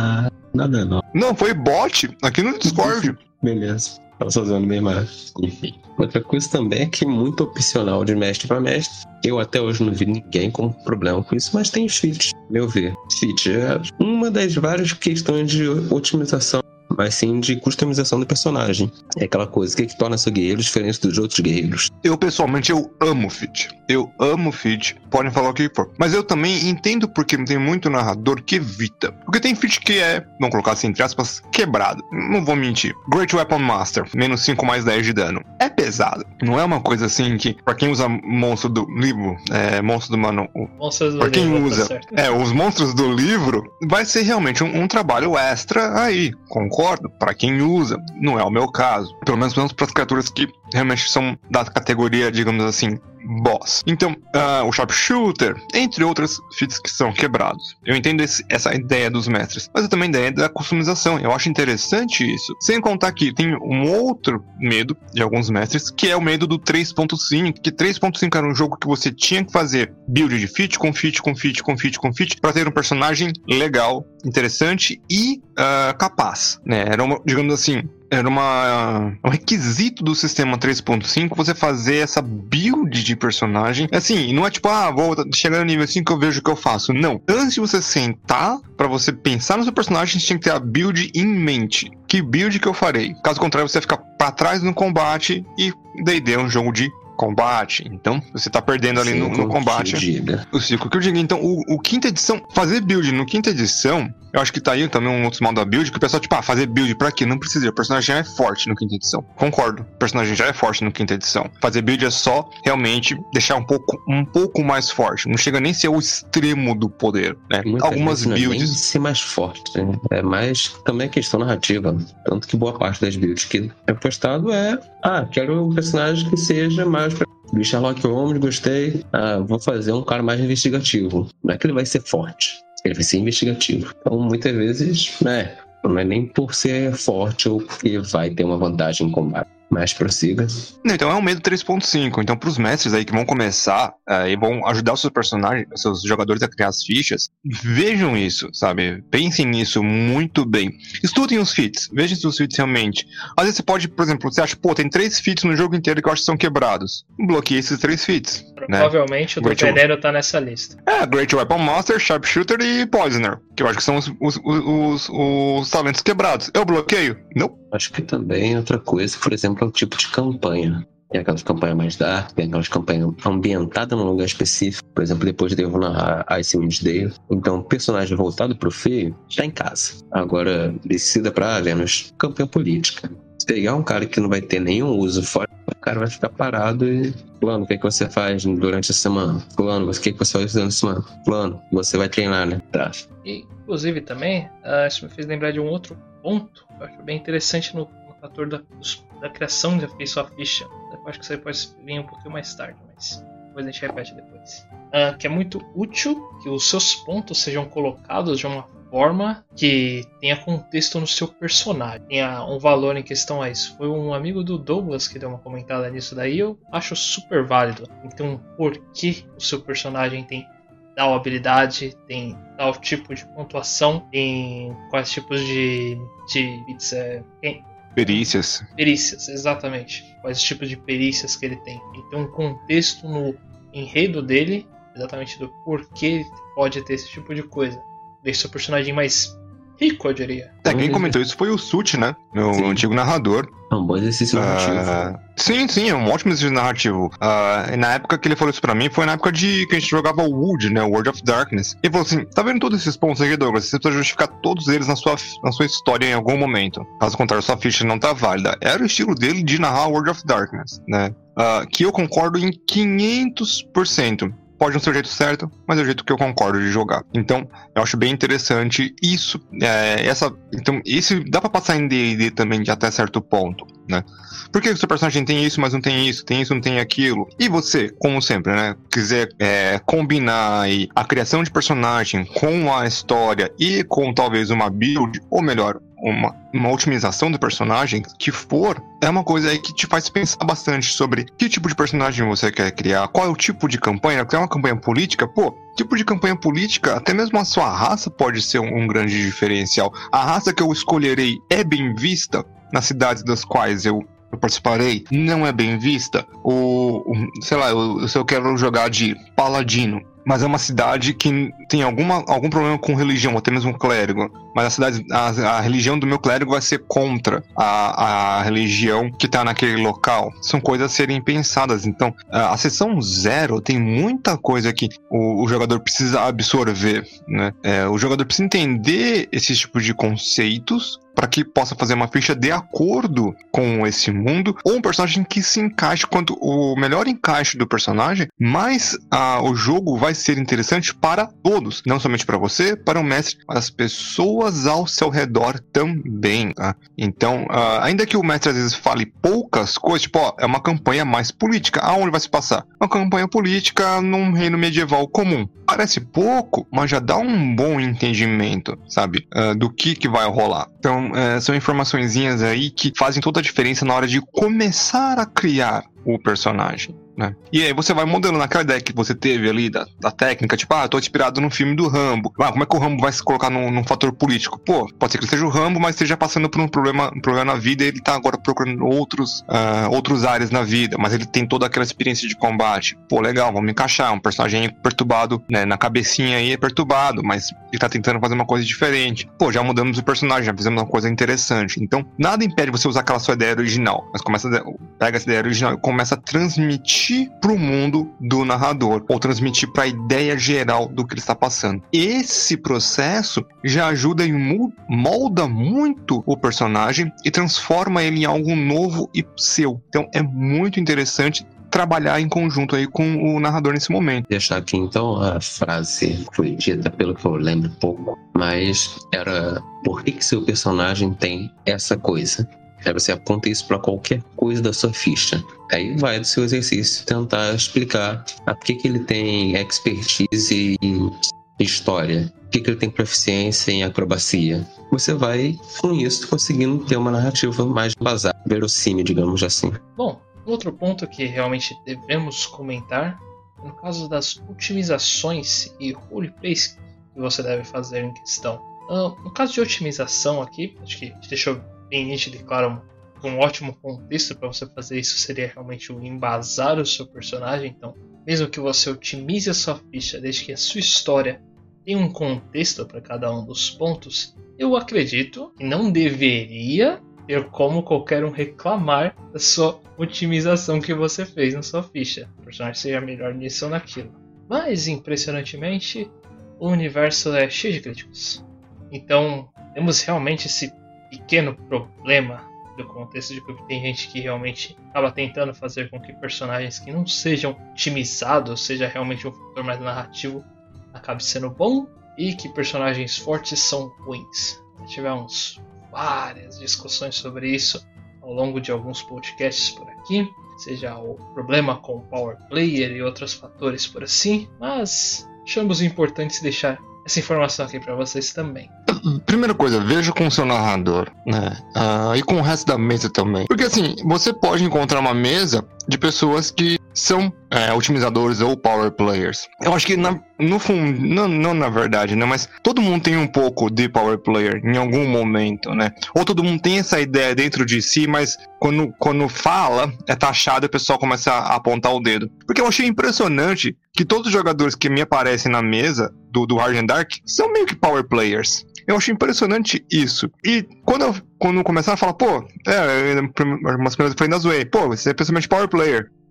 Nada não. Não, foi bot aqui no Discord. Beleza. Tava só usando mesmo. Enfim. Outra coisa também é que é muito opcional de mestre pra mestre. Eu até hoje não vi ninguém com problema com isso, mas tem os feats, meu ver. Feat é uma das várias questões de otimização, mas sim de customização do personagem. É aquela coisa, o que torna seu guerreiro diferente dos outros guerreiros? Eu, pessoalmente, eu amo feat. Eu amo feat. Podem falar o que for. Mas eu também entendo porque tem muito narrador que evita. Porque tem feat que é, vamos colocar assim, entre aspas, quebrado. Não vou mentir. Great Weapon Master, menos 5 mais 10 de dano. É pesado. Não é uma coisa assim que, pra quem usa monstro do livro, monstro do mano... Pra quem usa os monstros do livro, vai ser realmente um trabalho extra aí. Concordo? Pra quem usa. Não é o meu caso. Pelo menos para as criaturas que realmente são da categoria, digamos assim, boss. Então, o Sharpshooter, entre outras feats que são quebrados. Eu entendo essa ideia dos mestres, mas eu também ideia da customização. Eu acho interessante isso. Sem contar que tem um outro medo de alguns mestres, que é o medo do 3.5, que 3.5 era um jogo que você tinha que fazer build de feat, com feat, com feat, com feat, com feat, pra ter um personagem legal, interessante e capaz, né? Era, digamos assim, era um requisito do sistema 3.5 você fazer essa build de personagem. Assim, não é tipo, vou chegar no nível 5 que eu vejo o que eu faço. Não. Antes de você sentar, pra você pensar no seu personagem, você tinha que ter a build em mente. Que build que eu farei? Caso contrário, você vai ficar pra trás no combate e D&D é um jogo de combate, então você tá perdendo ali no combate o ciclo que eu digo. Então o quinta edição, fazer build no quinta edição, eu acho que tá aí também um outro mal da build, que o pessoal tipo, fazer build pra quê? Não precisa, o personagem já é forte no quinta edição. Concordo, o personagem já é forte no quinta edição. Fazer build é só realmente deixar um pouco mais forte, não chega nem a ser o extremo do poder, né? Algumas builds não é nem ser mais forte, né? É mais também questão narrativa, tanto que boa parte das builds que é postado quero um personagem que seja mais do Sherlock Holmes, gostei. Vou fazer um cara mais investigativo. Não é que ele vai ser forte, ele vai ser investigativo. Então, muitas vezes, não é nem por ser forte ou porque vai ter uma vantagem em combate. Mas prossiga. Então é um medo 3.5. Então pros mestres aí que vão começar e vão ajudar os seus personagens, os seus jogadores a criar as fichas, vejam isso, sabe? Pensem nisso muito bem. Estudem os feats. Vejam se os feats realmente... Às vezes você pode, por exemplo, você acha, tem 3 feats no jogo inteiro que eu acho que são quebrados. Bloqueie esses 3 feats. Provavelmente o do Veneno tá nessa lista. Great Weapon Master, Sharpshooter e Poisoner, que eu acho que são os talentos quebrados. Eu bloqueio? Não. Acho que também outra coisa, por exemplo, é o tipo de campanha. Tem aquelas campanhas mais dark, tem aquelas campanhas ambientadas num lugar específico. Por exemplo, depois de eu vou narrar Icewind Dale. Então, o personagem voltado pro feio está em casa. Agora, decida pra Vênus, campanha política. Se pegar um cara que não vai ter nenhum uso fora, o cara vai ficar parado e... Fulano, o que é que você faz durante a semana? Fulano, o que é que você faz durante a semana? Fulano, você vai treinar, né? Tá. E, inclusive, também, isso me fez lembrar de um outro ponto que eu acho bem interessante no fator da criação da sua ficha. Eu acho que isso aí pode vir um pouquinho mais tarde, mas depois a gente repete depois. Que é muito útil que os seus pontos sejam colocados de uma forma que tenha contexto no seu personagem, tenha um valor em questão a isso. Foi um amigo do Douglas que deu uma comentada nisso daí, eu acho super válido. Então, por que o seu personagem tem tal habilidade, tem tal tipo de pontuação, tem quais tipos de perícias. Perícias, exatamente. Quais tipos de perícias que ele tem. Então, um contexto no enredo dele, exatamente do porquê ele pode ter esse tipo de coisa. Deixa seu personagem mais rico, eu diria. Quem comentou isso foi o Sut, né? Meu antigo narrador. É um bom exercício narrativo. Sim, é um ótimo exercício narrativo. E na época que ele falou isso pra mim, foi na época que a gente jogava o Wood, né? O World of Darkness. Ele falou assim, tá vendo todos esses pontos aqui, Douglas? Você precisa justificar todos eles na sua história em algum momento. Caso contrário, sua ficha não tá válida. Era o estilo dele de narrar World of Darkness, né? Que eu concordo em 500%. pode não ser o jeito certo, mas é o jeito que eu concordo de jogar. Então, eu acho bem interessante isso. Então, isso dá pra passar em D&D também de até certo ponto, né? Porque o seu personagem tem isso, mas não tem isso, não tem aquilo. E você, como sempre, né? Quiser combinar aí a criação de personagem com a história e com talvez uma build, ou melhor, uma otimização do personagem que for, é uma coisa aí que te faz pensar bastante sobre que tipo de personagem você quer criar, qual é o tipo de campanha, porque é uma campanha política, tipo de campanha política, até mesmo a sua raça pode ser um grande diferencial. A raça que eu escolherei é bem vista nas cidades das quais eu participarei, não é bem vista. Sei lá, se eu quero jogar de paladino, mas é uma cidade que tem algum problema com religião, ou até mesmo clérigo, mas a religião do meu clérigo vai ser contra a religião que tá naquele local. São coisas a serem pensadas. Então, a sessão 0 tem muita coisa que o jogador precisa absorver, né? O jogador precisa entender esses tipos de conceitos para que possa fazer uma ficha de acordo com esse mundo, ou um personagem que se encaixe. Quanto o melhor encaixe do personagem, mais o jogo vai ser interessante para todos, não somente para você, para o mestre, para as pessoas ao seu redor também, tá? Então, ainda que o mestre às vezes fale poucas coisas, tipo, é uma campanha mais política. Aonde vai se passar? Uma campanha política num reino medieval comum. Parece pouco, mas já dá um bom entendimento, sabe? Do que vai rolar. Então, são informaçõezinhas aí que fazem toda a diferença na hora de começar a criar o personagem, né? E aí você vai modelando aquela ideia que você teve ali da técnica, tipo, eu tô inspirado no filme do Rambo. Como é que o Rambo vai se colocar num fator político? Pode ser que ele seja o Rambo, mas esteja passando por um problema na vida e ele tá agora procurando outros áreas na vida, mas ele tem toda aquela experiência de combate. Legal, vamos encaixar. Um personagem perturbado, né, na cabecinha aí é perturbado, mas ele tá tentando fazer uma coisa diferente. Já mudamos o personagem, já fizemos uma coisa interessante. Então, nada impede você usar aquela sua ideia original, mas pega essa ideia original e começa a transmitir pro mundo do narrador, ou transmitir pra ideia geral do que ele está passando. Esse processo já ajuda e molda muito o personagem e transforma ele em algo novo e seu. Então é muito interessante trabalhar em conjunto aí com o narrador nesse momento. Deixar aqui então a frase que foi dita, pelo que eu lembro pouco, mas era: por que seu personagem tem essa coisa? Aí você aponta isso para qualquer coisa da sua ficha. Aí vai do seu exercício tentar explicar por que ele tem expertise em história, por que ele tem proficiência em acrobacia. Você vai, com isso, conseguindo ter uma narrativa mais embasada, verossímil, digamos assim. Bom, outro ponto que realmente devemos comentar é no caso das otimizações e roleplays que você deve fazer em questão. No caso de otimização aqui, acho que a gente deixou bem nítido e claro, um ótimo contexto para você fazer isso seria realmente o embasar o seu personagem. Então, mesmo que você otimize a sua ficha, desde que a sua história tenha um contexto para cada um dos pontos, eu acredito que não deveria ter como qualquer um reclamar da sua otimização que você fez na sua ficha. O personagem seja melhor nisso ou naquilo. Mas, impressionantemente, o universo é cheio de críticos. Então, temos realmente esse pequeno problema do contexto de que tem gente que realmente acaba tentando fazer com que personagens que não sejam otimizados, seja realmente um fator mais narrativo, acabe sendo bom, e que personagens fortes são ruins. Tivemos várias discussões sobre isso ao longo de alguns podcasts por aqui, seja o problema com o Power Player e outros fatores por assim, mas achamos importante deixar essa informação aqui para vocês também. Primeira coisa, veja com o seu narrador, né? E com o resto da mesa também. Porque assim, você pode encontrar uma mesa de pessoas que são otimizadores ou power players. Eu acho que no fundo, não na verdade, né? Mas todo mundo tem um pouco de power player em algum momento, né? Ou todo mundo tem essa ideia dentro de si, mas quando fala, é taxado e o pessoal começa a apontar o dedo. Porque eu achei impressionante que todos os jogadores que me aparecem na mesa do Hard and Dark são meio que power players. Eu achei impressionante isso. E quando começaram a falar, umas primeiras vezes foi na zoei, você é pessoalmente power player.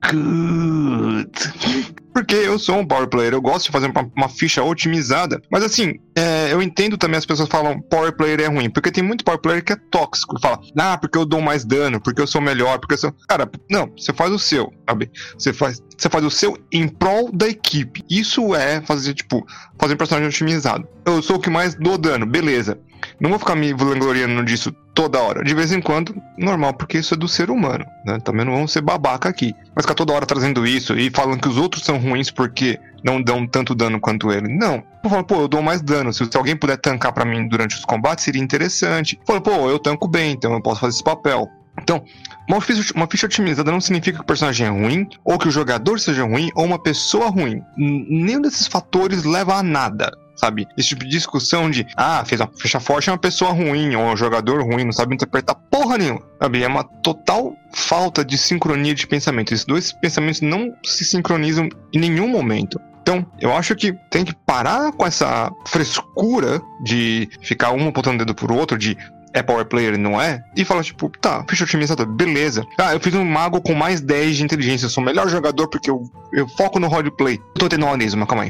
good. Porque eu sou um power player, eu gosto de fazer uma ficha otimizada. Mas assim, eu entendo também as pessoas falam power player é ruim. Porque tem muito power player que é tóxico. Fala, porque eu dou mais dano, porque eu sou melhor, porque eu sou... Cara, não, você faz o seu, sabe? Você faz o seu em prol da equipe. Isso é fazer um personagem otimizado. Eu sou o que mais dou dano, beleza. Não vou ficar me vangloriando disso toda hora. De vez em quando, normal, porque isso é do ser humano, né? Também não vamos ser babaca aqui. Mas ficar toda hora trazendo isso e falando que os outros são ruins porque não dão tanto dano quanto ele. Não. Eu falo, eu dou mais dano. Se alguém puder tancar pra mim durante os combates, seria interessante. Eu falo, eu tanco bem, então eu posso fazer esse papel. Então, uma ficha otimizada não significa que o personagem é ruim, ou que o jogador seja ruim, ou uma pessoa ruim. Nenhum desses fatores leva a nada. Sabe? Esse tipo de discussão de fez uma ficha forte é uma pessoa ruim, ou um jogador ruim, não sabe interpretar porra nenhuma. Sabe? É uma total falta de sincronia de pensamento. Esses dois pensamentos não se sincronizam em nenhum momento. Então, eu acho que tem que parar com essa frescura de ficar um apontando o dedo pro outro, de é power player, não é? E fala ficha otimizada, beleza. Eu fiz um mago com mais 10 de inteligência, eu sou o melhor jogador porque eu foco no roleplay. Tô tendo um anismo, calma aí.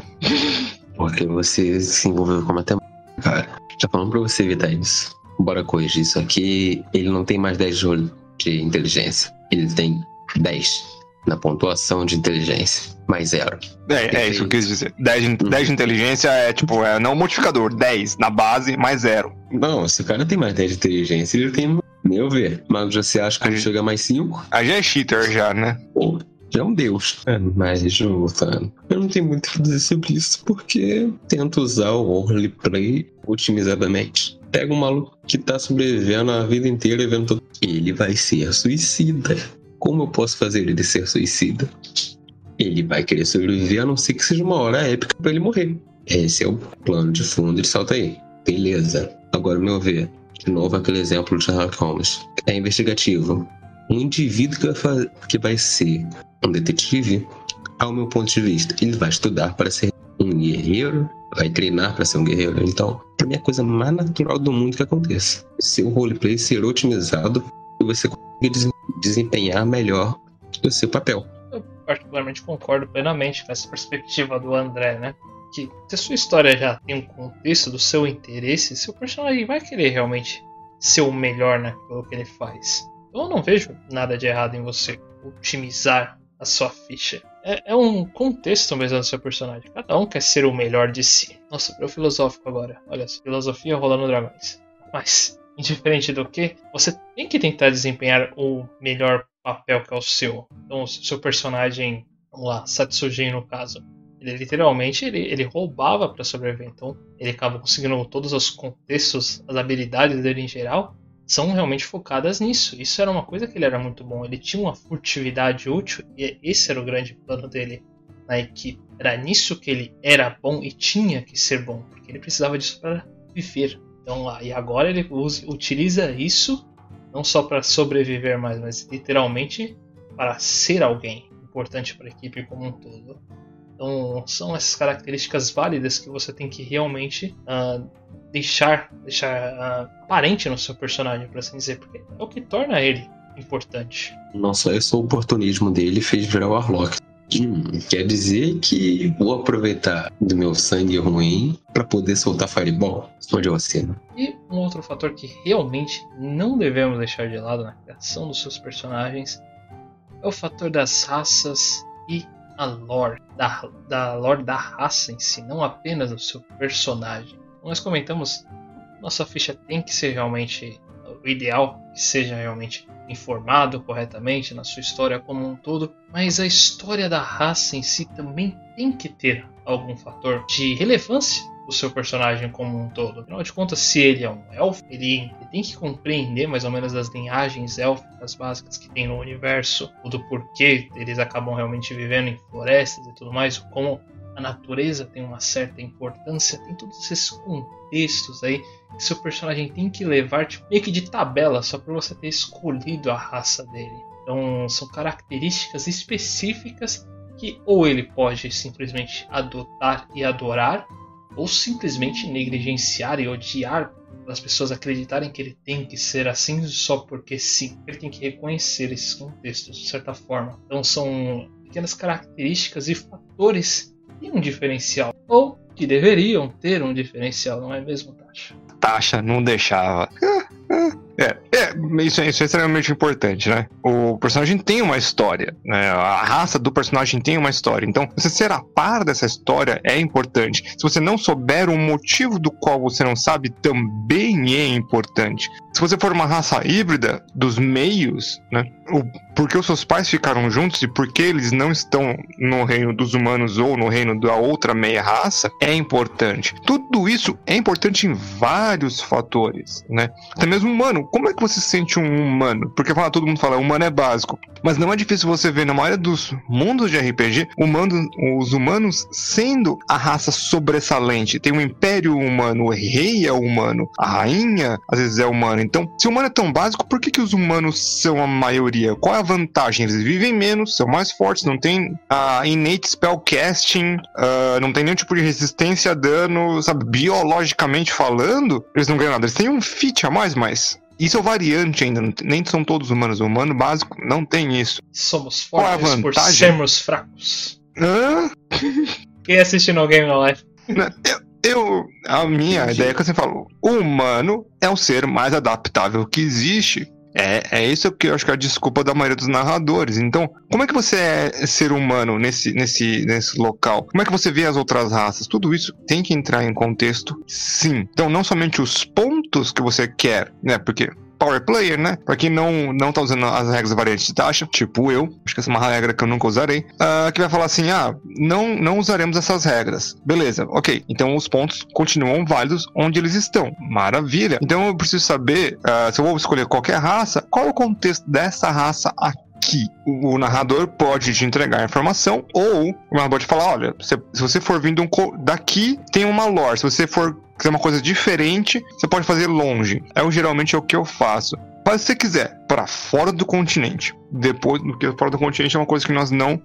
Porque você se envolveu com a matemática, cara. Já falando pra você evitar isso. Bora corrigir isso aqui. Ele não tem mais 10 de inteligência. Ele tem 10 na pontuação de inteligência. Mais 0. É isso que eu quis dizer. 10 de inteligência é não modificador. 10 na base, mais 0. Não, se o cara tem mais 10 de inteligência, ele tem... Meu ver. Mas você acha que ele chega a mais 5? Aí já é cheater já, né? Pô. Já é um deus. Mas, voltando, eu não tenho muito o que dizer sobre isso, porque tento usar o roleplay otimizadamente. Pega um maluco que tá sobrevivendo a vida inteira e vendo tudo. Ele vai ser suicida. Como eu posso fazer ele ser suicida? Ele vai querer sobreviver, a não ser que seja uma hora épica pra ele morrer. Esse é o plano de fundo de salta aí. Beleza. Agora, meu ver, de novo aquele exemplo de Sherlock Holmes. É investigativo. Um indivíduo que vai ser um detetive, ao meu ponto de vista, ele vai estudar para ser um guerreiro, vai treinar para ser um guerreiro. Então, pra mim é a coisa mais natural do mundo que aconteça. Seu roleplay ser otimizado e você conseguir desempenhar melhor o seu papel. Eu particularmente concordo plenamente com essa perspectiva do André, né? Que se a sua história já tem um contexto do seu interesse, seu personagem vai querer realmente ser o melhor naquilo que ele faz. Eu não vejo nada de errado em você otimizar a sua ficha. É um contexto mesmo do seu personagem. Cada um quer ser o melhor de si. Nossa, virou filosófico agora. Olha só, filosofia rolando dragões. Mas, indiferente do que, você tem que tentar desempenhar o melhor papel que é o seu. Então, se o seu personagem, vamos lá, Satsujin no caso, ele literalmente ele roubava para sobreviver. Então, ele acaba conseguindo todos os contextos, as habilidades dele em geral, são realmente focadas nisso. Isso era uma coisa que ele era muito bom. Ele tinha uma furtividade útil e esse era o grande plano dele na equipe. Era nisso que ele era bom e tinha que ser bom, porque ele precisava disso para viver. Então, e agora ele utiliza isso não só para sobreviver mais, mas literalmente para ser alguém importante para a equipe como um todo. Então, são essas características válidas que você tem que realmente deixar aparente no seu personagem, por assim dizer, porque é o que torna ele importante. Nossa, esse oportunismo dele fez virar o Warlock. Quer dizer que vou aproveitar do meu sangue ruim para poder soltar Fireball? Onde eu assino. E um outro fator que realmente não devemos deixar de lado na criação dos seus personagens é o fator das raças e a lore, da lore da raça em si, não apenas do seu personagem. Como nós comentamos, nossa ficha tem que ser realmente o ideal, que seja realmente informado corretamente na sua história como um todo, mas a história da raça em si também tem que ter algum fator de relevância do seu personagem como um todo. Afinal de contas, se ele é um elfo, ele tem que compreender mais ou menos as linhagens élficas básicas que tem no universo, o do porquê eles acabam realmente vivendo em florestas e tudo mais, como a natureza tem uma certa importância, tem todos esses contextos aí que seu personagem tem que levar meio que de tabela só por você ter escolhido a raça dele. Então são características específicas que ou ele pode simplesmente adotar e adorar, ou simplesmente negligenciar e odiar das pessoas acreditarem que ele tem que ser assim só porque sim. Ele tem que reconhecer esses contextos, de certa forma. Então são pequenas características e fatores que têm um diferencial. Ou que deveriam ter um diferencial, não é mesmo, Tasha? Tasha não deixava. Isso é extremamente importante, né? O personagem tem uma história, né? A raça do personagem tem uma história. Então, você ser a par dessa história é importante. Se você não souber o motivo do qual você não sabe, também é importante. Se você for uma raça híbrida dos meios, né? Porque os seus pais ficaram juntos e porque eles não estão no reino dos humanos ou no reino da outra meia raça, é importante. Tudo isso é importante em vários fatores, né? Até mesmo humano. Como é que você se sente um humano? Porque todo mundo fala, humano é básico. Mas não é difícil você ver na maioria dos mundos de RPG, os humanos sendo a raça sobressalente. Tem um império humano, o rei é humano, a rainha às vezes é humana. Então, se o humano é tão básico, por que os humanos são a maioria? Qual é a vantagem? Eles vivem menos, são mais fortes, não tem innate spellcasting, não tem nenhum tipo de resistência a dano, sabe? Biologicamente falando, eles não ganham nada. Eles têm um feat a mais, mas isso é o variante ainda, nem são todos humanos. O humano básico não tem isso. Somos Qual é a fortes por vantagem? sermos fracos. Quem assiste No Game No Life? A minha ideia é que você falou, o humano é o ser mais adaptável que existe. É isso que eu acho que é a desculpa da maioria dos narradores. Então, como é que você é ser humano nesse local? Como é que você vê as outras raças? Tudo isso tem que entrar em contexto, sim. Então, não somente os pontos que você quer, né? Porque Power Player, né? Pra quem não tá usando as regras variantes de taxa, tipo eu, acho que essa é uma regra que eu nunca usarei, que vai falar assim, não usaremos essas regras. Beleza, ok. Então os pontos continuam válidos onde eles estão. Maravilha. Então eu preciso saber, se eu vou escolher qualquer raça, qual é o contexto dessa raça aqui. O narrador pode te entregar a informação, ou o narrador pode falar, olha, se você for vindo daqui, tem uma lore. Se você for quiser uma coisa diferente, você pode fazer longe. Geralmente é o que eu faço. Mas se você quiser para fora do continente, depois do que fora do continente é uma coisa que nós não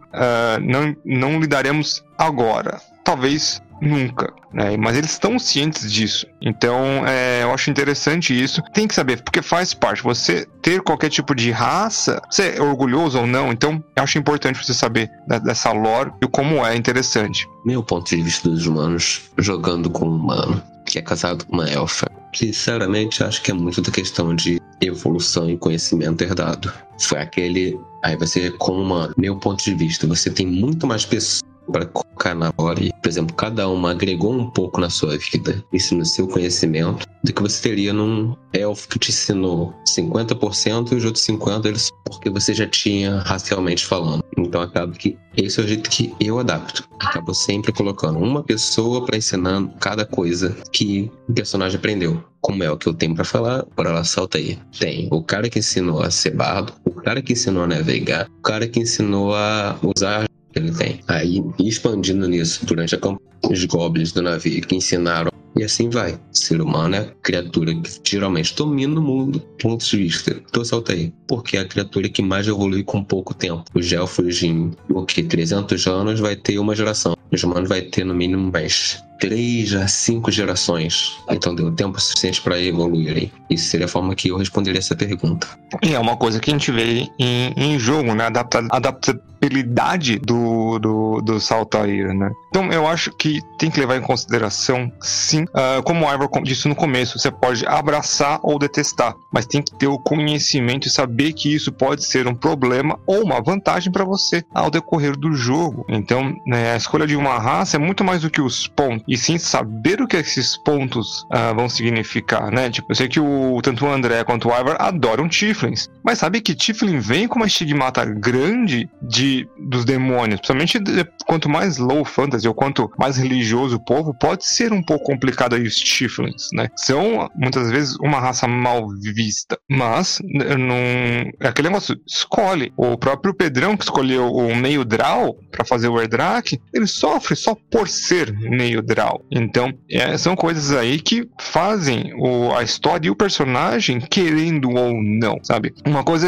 lidaremos agora. Talvez nunca, né? Mas eles estão cientes disso. Então, eu acho interessante isso. Tem que saber, porque faz parte. Você ter qualquer tipo de raça, você é orgulhoso ou não, então eu acho importante você saber dessa lore e como é interessante. Meu ponto de vista dos humanos, jogando com um humano que é casado com uma elfa, sinceramente acho que é muito da questão de evolução e conhecimento herdado. Foi aquele... Aí você, como humano, meu ponto de vista, você tem muito mais pessoas para colocar na lore, por exemplo, cada uma agregou um pouco na sua vida, isso no seu conhecimento, do que você teria num elfo que te ensinou 50% e os outros 50% eles porque você já tinha racialmente falando. Então acaba que esse é o jeito que eu adapto. Acabo sempre colocando uma pessoa para ensinar cada coisa que o personagem aprendeu. Como é o que eu tenho pra falar, bora lá, salta aí. Tem o cara que ensinou a ser bardo, o cara que ensinou a navegar, o cara que ensinou a usar que ele tem. Aí, expandindo nisso, durante a campanha, os goblins do navio que ensinaram, e assim vai. O ser humano é a criatura que geralmente domina o mundo, ponto de vista. Então salta aí. Porque é a criatura que mais evolui com pouco tempo. Os elfos em 300 anos vai ter uma geração. Os humanos vai ter no mínimo mais 3 a 5 gerações. Então deu tempo suficiente para evoluírem. Isso seria a forma que eu responderia essa pergunta. E é uma coisa que a gente vê em jogo, né? Adaptabilidade do Saltair, né? Então eu acho que tem que levar em consideração, sim, como o Ivor disse no começo, você pode abraçar ou detestar, mas tem que ter o conhecimento e saber que isso pode ser um problema ou uma vantagem para você ao decorrer do jogo. Então, né, a escolha de uma raça é muito mais do que os pontos, e sim saber o que esses pontos vão significar, né? Tipo, eu sei que tanto o André quanto o Ivor adoram Tieflings, mas sabe que Tiefling vem com uma estigmata grande dos demônios, principalmente quanto mais low fantasy ou quanto mais religioso o povo, pode ser um pouco complicado aí os Tieflings, né? São muitas vezes uma raça mal vista, mas não é aquele negócio, escolhe. O próprio Pedrão que escolheu o meio draw para fazer o Erdrak, ele sofre só por ser meio draw. Então são coisas aí que fazem a história e o personagem querendo ou não, sabe? Uma coisa que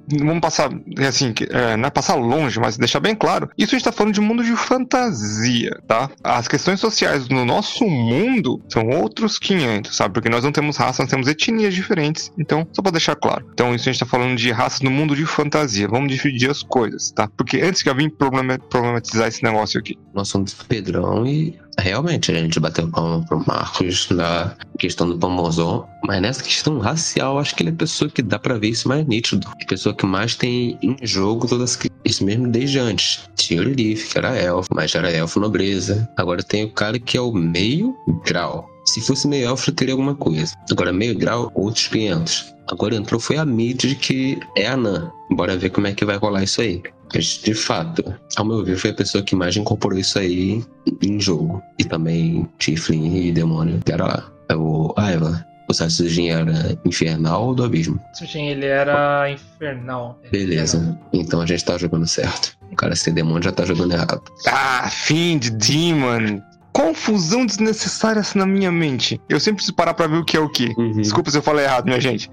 vamos passar, assim, não é passar longe, mas deixar bem claro, isso a gente tá falando de mundo de fantasia, tá? As questões sociais no nosso mundo são outros 500, sabe? Porque nós não temos raça, nós temos etnias diferentes, então, só pra deixar claro. Então, isso a gente tá falando de raças no mundo de fantasia, vamos dividir as coisas, tá? Porque antes que eu vim problematizar esse negócio aqui. Nós somos do Pedrão e realmente a gente bateu palma pro Marcos na questão do Pamozon, mas nessa questão racial, acho que ele é a pessoa que dá pra ver isso mais nítido. A pessoa que mais tem em jogo todas isso mesmo desde antes. Tinha o Leaf, que era elfo, mas já era elfo nobreza. Agora tem o cara que é o meio grau. Se fosse meio elfo, já teria alguma coisa. Agora meio grau, outros 500. Agora entrou foi a Mid, que é anã. Bora ver como é que vai rolar isso aí. Mas, de fato, ao meu ver, foi a pessoa que mais incorporou isso aí em jogo. E também Tiflin e Demônio, que era lá. O Aiva. O Satsujin era infernal ou do abismo? O Satsujin, ele era infernal. Beleza. Então a gente tá jogando certo. O cara ser demônio já tá jogando errado. Fiend, Demon. Confusão desnecessária assim na minha mente. Eu sempre preciso parar pra ver o que é o que. Desculpa se eu falei errado, minha gente.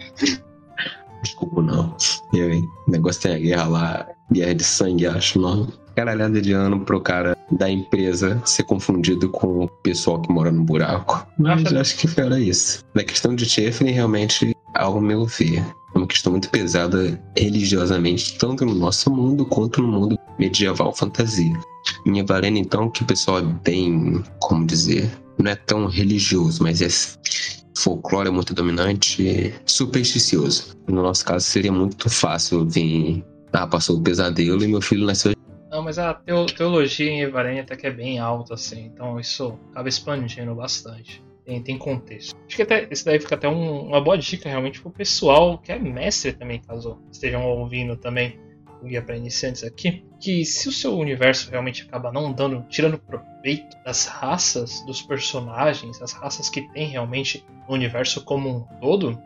Desculpa, não. Eu, hein? O negócio tem a guerra lá. Guerra de sangue, acho, não. Caralhada de ano pro cara da empresa ser confundido com o pessoal que mora no buraco. Mas acho que era isso. Na questão de Tiffany, realmente, ao meu ver, é uma questão muito pesada religiosamente, tanto no nosso mundo quanto no mundo medieval fantasia. Minha Varena, então, que o pessoal é bem, como dizer, não é tão religioso, mas é folclore muito dominante, supersticioso. No nosso caso, seria muito fácil vir, passou o pesadelo e meu filho nasceu. Não, mas a teologia em Evarene até que é bem alta, assim, então isso acaba expandindo bastante. Tem contexto. Acho que até isso daí fica até uma boa dica realmente pro pessoal que é mestre também, caso estejam ouvindo também o guia para iniciantes aqui, que se o seu universo realmente acaba não tirando proveito das raças dos personagens, as raças que tem realmente no universo como um todo,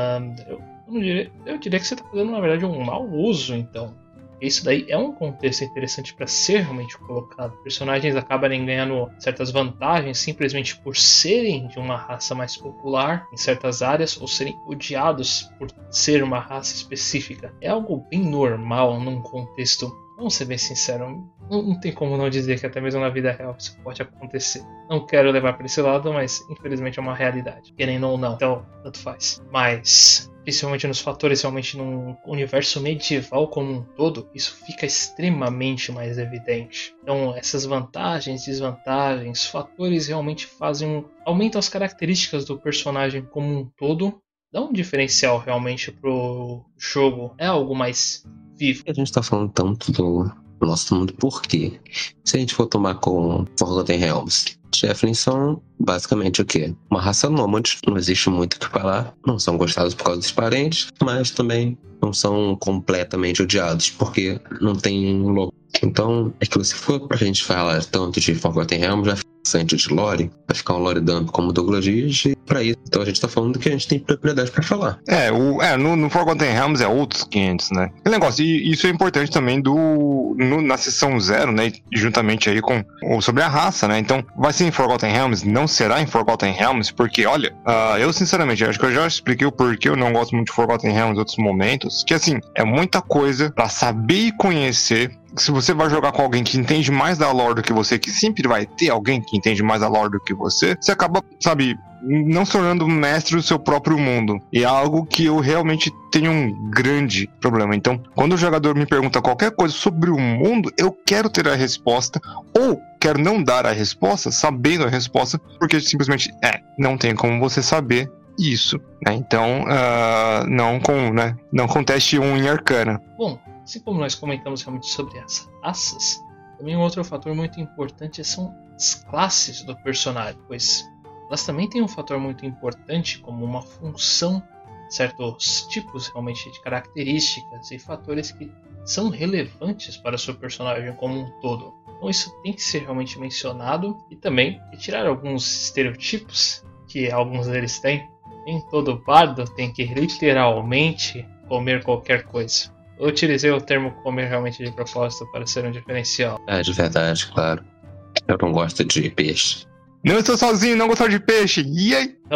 eu diria que você está fazendo na verdade um mau uso, então. Isso daí é um contexto interessante para ser realmente colocado. Personagens acabam ganhando certas vantagens simplesmente por serem de uma raça mais popular em certas áreas ou serem odiados por ser uma raça específica. É algo bem normal num contexto, vamos ser bem sinceros, não tem como não dizer que até mesmo na vida real isso pode acontecer. Não quero levar para esse lado, mas infelizmente é uma realidade, querendo ou não, então tanto faz. Mas principalmente nos fatores, realmente num universo medieval como um todo, isso fica extremamente mais evidente. Então essas vantagens, desvantagens, fatores realmente aumentam as características do personagem como um todo, dá um diferencial realmente pro jogo, é algo mais vivo. A gente tá falando tanto do nosso mundo, por quê? Se a gente for tomar com Forgotten Realms, Tieflings são basicamente o quê? Uma raça nômade, não existe muito o que falar, não são gostados por causa dos parentes, mas também não são completamente odiados, porque não tem logo. Então, é que se for pra gente falar tanto de Forgotten Realms, já bastante de lore, vai ficar um lore dump como Douglas diz, e pra isso, então a gente tá falando que a gente tem propriedade pra falar. No Forgotten Realms é outros 500, né? Aquele negócio, e isso é importante também na sessão 0, né? Juntamente aí com sobre a raça, né? Então, vai ser em Forgotten Realms, não será em Forgotten Realms, porque, olha, eu sinceramente, acho que eu já expliquei o porquê eu não gosto muito de Forgotten Realms em outros momentos, que assim, é muita coisa pra saber e conhecer. Se você vai jogar com alguém que entende mais da lore do que você, que sempre vai ter alguém que entende mais da lore do que você acaba, sabe, não se tornando mestre do seu próprio mundo. E é algo que eu realmente tenho um grande problema. Então, quando o jogador me pergunta qualquer coisa sobre o mundo, eu quero ter a resposta, ou quero não dar a resposta, sabendo a resposta, porque simplesmente, não tem como você saber isso, né? Então, não conteste em Arcana. Bom, assim como nós comentamos realmente sobre as raças, também um outro fator muito importante são as classes do personagem, pois elas também têm um fator muito importante como uma função, certos tipos realmente de características e fatores que são relevantes para o seu personagem como um todo. Então isso tem que ser realmente mencionado e também retirar alguns estereotipos que alguns deles têm. Nem todo bardo tem que literalmente comer qualquer coisa. Eu utilizei o termo comer realmente de propósito para ser um diferencial. É, de verdade, claro. Eu não gosto de peixe. Não estou sozinho, não gostar de peixe. E aí? Então,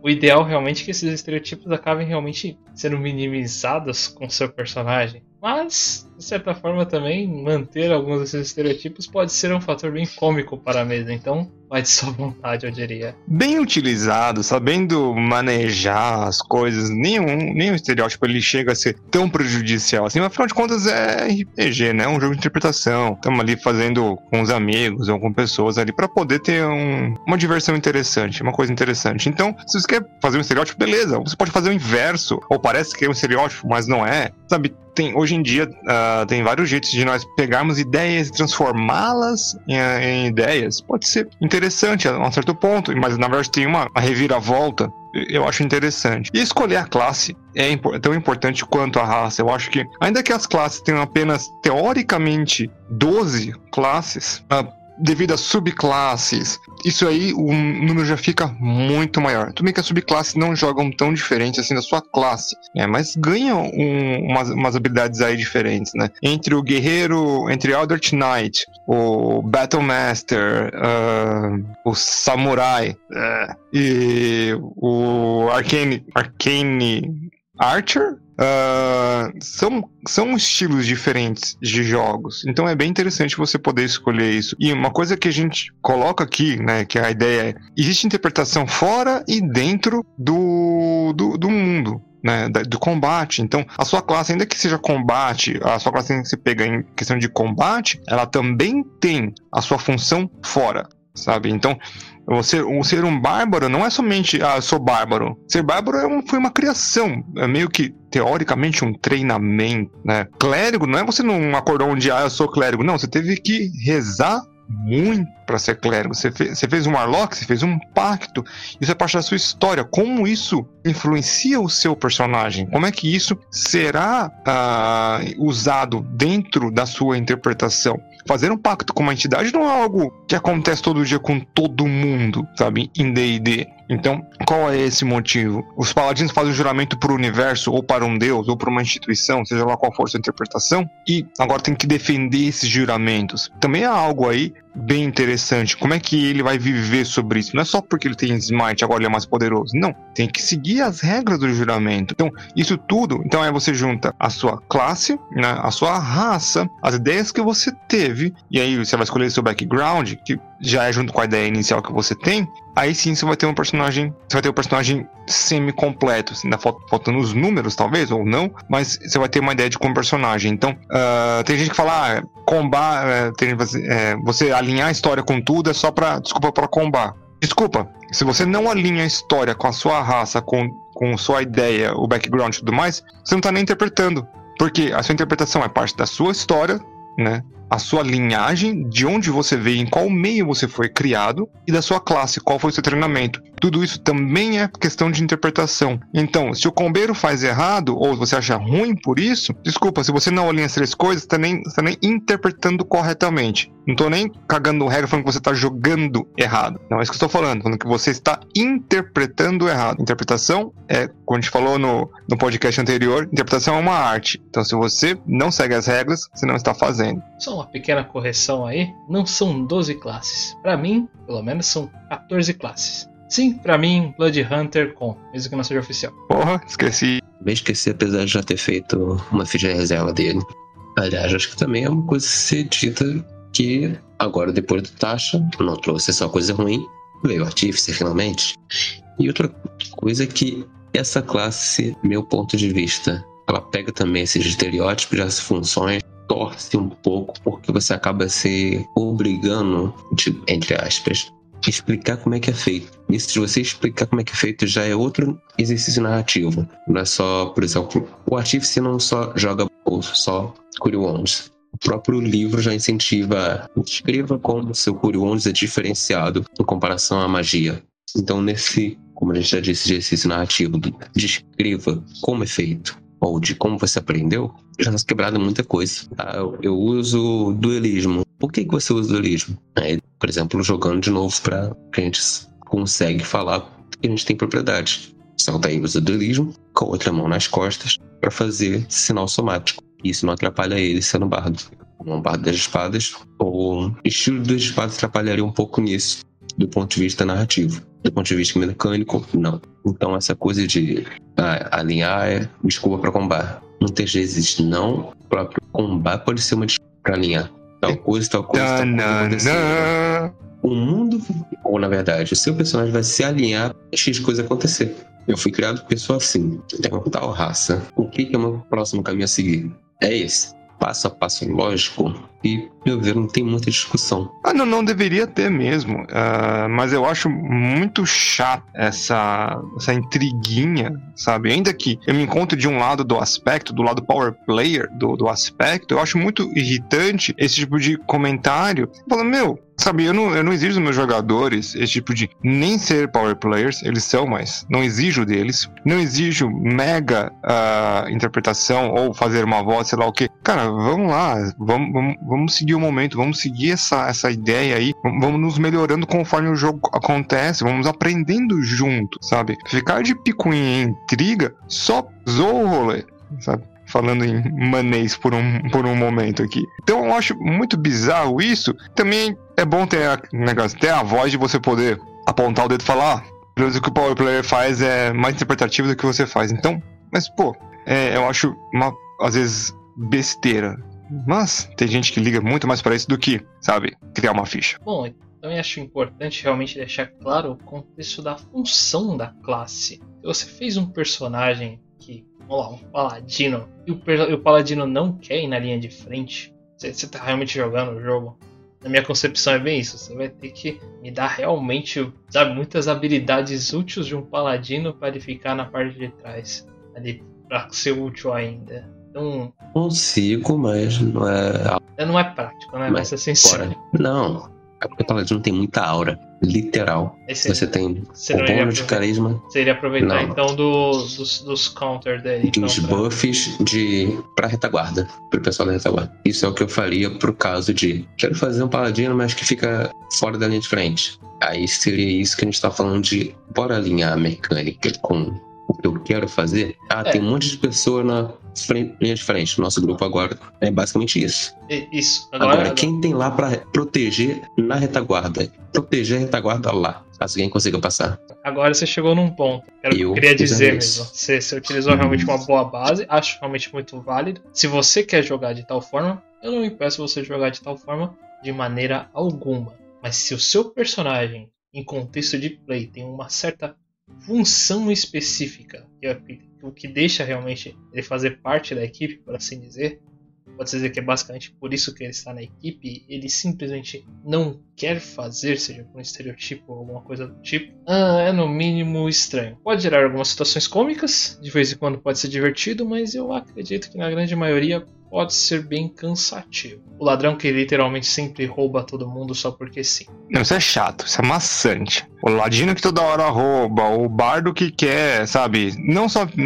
o ideal realmente é que esses estereotipos acabem realmente sendo minimizados com seu personagem. Mas, de certa forma, também manter alguns desses estereotipos pode ser um fator bem cômico para a mesa. Então, vai de sua vontade, eu diria. Bem utilizado, sabendo manejar as coisas, nenhum estereótipo ele chega a ser tão prejudicial assim. Mas, afinal de contas, é RPG, né? É um jogo de interpretação. Estamos ali fazendo com os amigos ou com pessoas ali para poder ter uma diversão interessante, uma coisa interessante. Então, se você quer fazer um estereótipo, beleza. Você pode fazer o inverso, ou parece que é um estereótipo, mas não é. Sabe? Hoje em dia, tem vários jeitos de nós pegarmos ideias e transformá-las em ideias. Pode ser interessante a um certo ponto, mas na verdade tem uma reviravolta. Eu acho interessante. E escolher a classe é tão importante quanto a raça. Eu acho que, ainda que as classes tenham apenas, teoricamente, 12 classes, devido a subclasses, isso aí o número já fica muito maior. Tudo bem que as subclasses não jogam tão diferente assim da sua classe, mas ganham umas habilidades aí diferentes, né? Entre o guerreiro, entre Eldritch Knight, o Battle Master, o Samurai e o Arcane Archer, são estilos diferentes de jogos, então é bem interessante você poder escolher isso. E uma coisa que a gente coloca aqui, né, que a ideia é, existe interpretação fora e dentro do mundo, né, do combate. Então a sua classe, ainda que seja combate, a sua classe que você pega em questão de combate, ela também tem a sua função fora, sabe? Então ser um bárbaro não é somente, eu sou bárbaro. Ser bárbaro foi uma criação, é meio que, teoricamente, um treinamento, né? Clérigo não é você não acordou um dia, eu sou clérigo. Não, você teve que rezar muito para ser clérigo. Você fez um warlock, você fez um pacto. Isso é parte da sua história. Como isso influencia o seu personagem? Como é que isso será usado dentro da sua interpretação? Fazer um pacto com uma entidade não é algo que acontece todo dia com todo mundo, sabe? Em D&D. Então, qual é esse motivo? Os paladinos fazem o juramento para o universo, ou para um deus, ou para uma instituição, seja lá qual for sua interpretação, e agora tem que defender esses juramentos. Também é algo aí bem interessante. Como é que ele vai viver sobre isso? Não é só porque ele tem smite, agora ele é mais poderoso. Não, tem que seguir as regras do juramento. Então, isso tudo, então aí você junta a sua classe, né, a sua raça, as ideias que você teve, e aí você vai escolher seu background, que já é junto com a ideia inicial que você tem. Aí sim você vai ter um personagem semi-completo, assim, ainda faltando os números talvez, ou não, mas você vai ter uma ideia de como personagem. Então, tem gente que fala, você alinhar a história com tudo é só para combar. Desculpa, se você não alinha a história com a sua raça, com sua ideia, o background e tudo mais, você não tá nem interpretando, porque a sua interpretação é parte da sua história, né? A sua linhagem, de onde você veio, em qual meio você foi criado, e da sua classe, qual foi o seu treinamento. Tudo isso também é questão de interpretação. Então, se o combeiro faz errado, ou você acha ruim por isso, desculpa, se você não alinha as três coisas, você está nem interpretando corretamente. Não estou nem cagando regra falando que você está jogando errado. Não é isso que eu estou falando que você está interpretando errado. Interpretação é, como a gente falou no podcast anterior, interpretação é uma arte. Então, se você não segue as regras, você não está fazendo. Só uma pequena correção aí, não são 12 classes. Pra mim, pelo menos, são 14 classes. Sim, pra mim, Blood Hunter com, mesmo que não seja oficial. Porra, esqueci. Bem esqueci, apesar de já ter feito uma ficha de reserva dele. Aliás, acho que também é uma coisa a ser dita que agora, depois do Tasha, não trouxe só coisa ruim, veio o Artífice finalmente. E outra coisa é que essa classe, meu ponto de vista, ela pega também esses estereótipos, as funções, torce um pouco, porque você acaba se obrigando, entre aspas, explicar como é que é feito. E se você explicar como é que é feito, já é outro exercício narrativo. Não é só, por exemplo, o Artífice não só joga só Cure Wounds. O próprio livro já incentiva, escreva como seu Cure Wounds é diferenciado em comparação à magia. Então, como a gente já disse, exercício narrativo, descreva como é feito, ou de como você aprendeu, já está quebrado muita coisa. Eu uso duelismo. Por que você usa duelismo? Por exemplo, jogando de novo para que a gente consegue falar que a gente tem propriedade. Então, daí usa duelismo com a outra mão nas costas para fazer sinal somático. Isso não atrapalha ele sendo bardo. Um bardo das espadas, ou o estilo das espadas atrapalharia um pouco nisso, do ponto de vista narrativo. Do ponto de vista mecânico, não. Então essa coisa de alinhar é desculpa para combate. Muitas vezes não. O próprio combate pode ser uma desculpa para alinhar. Tal coisa acontecendo. O mundo, ou na verdade, o seu personagem vai se alinhar para X coisa acontecer. Eu fui criado por pessoa assim, tem uma tal raça. O que é o meu próximo caminho a seguir? É esse. Passo a passo lógico e, meu ver, não tem muita discussão. Não deveria ter mesmo. Mas eu acho muito chato essa intriguinha, sabe? Ainda que eu me encontre de um lado do aspecto, do lado power player do aspecto, eu acho muito irritante esse tipo de comentário. Falando, sabe, eu não exijo dos meus jogadores esse tipo de nem ser power players, eles são, mas não exijo deles. Não exijo mega interpretação ou fazer uma voz, sei lá o que. Cara, vamos lá, vamos seguir o momento, vamos seguir essa ideia aí, vamos nos melhorando conforme o jogo acontece, vamos aprendendo junto, sabe? Ficar de picuinha e intriga só zoa o rolê, sabe? Falando em manês por um momento aqui. Então eu acho muito bizarro isso. Também é bom ter a voz de você poder apontar o dedo e falar, o que o power player faz é mais interpretativo do que você faz. Então, mas eu acho às vezes besteira. Mas tem gente que liga muito mais para isso do que, sabe, criar uma ficha. Bom, então eu acho importante realmente deixar claro o contexto da função da classe. Se você fez um personagem que, vamos lá, um paladino, e o paladino não quer ir na linha de frente, você tá realmente jogando o jogo, na minha concepção é bem isso. Você vai ter que me dar realmente, sabe, muitas habilidades úteis de um paladino para ele ficar na parte de trás, ali, para ser útil ainda. Então, consigo, mas não é... Não é prático, né? Vai ser sincero. Não, é porque o paladino tem muita aura, literal. Você tem o bônus de carisma. Você iria aproveitar então dos counters dele. Dos buffs pra retaguarda, pro pessoal da retaguarda. Isso é o que eu faria pro caso de quero fazer um paladino, mas que fica fora da linha de frente. Aí seria isso que a gente tá falando de bora alinhar a mecânica com o que eu quero fazer. Tem um monte de pessoa na linha de frente. Nosso grupo agora é basicamente isso. Isso. Agora, quem tem lá pra proteger na retaguarda? Proteger a retaguarda lá, caso alguém consiga passar. Agora você chegou num ponto. Eu queria dizer mesmo. Você utilizou realmente uma boa base. Acho realmente muito válido. Se você quer jogar de tal forma, eu não impeço você de jogar de tal forma de maneira alguma. Mas se o seu personagem, em contexto de play, tem uma certa função específica, o que deixa realmente ele fazer parte da equipe, por assim dizer, pode-se dizer que é basicamente por isso que ele está na equipe, ele simplesmente não quer fazer, seja por um estereotipo ou alguma coisa do tipo, é no mínimo estranho. Pode gerar algumas situações cômicas, de vez em quando pode ser divertido, mas eu acredito que na grande maioria pode ser bem cansativo. O ladrão que literalmente sempre rouba todo mundo só porque sim. Não, isso é chato, isso é maçante. O ladino que toda hora rouba, o bardo que quer, sabe, não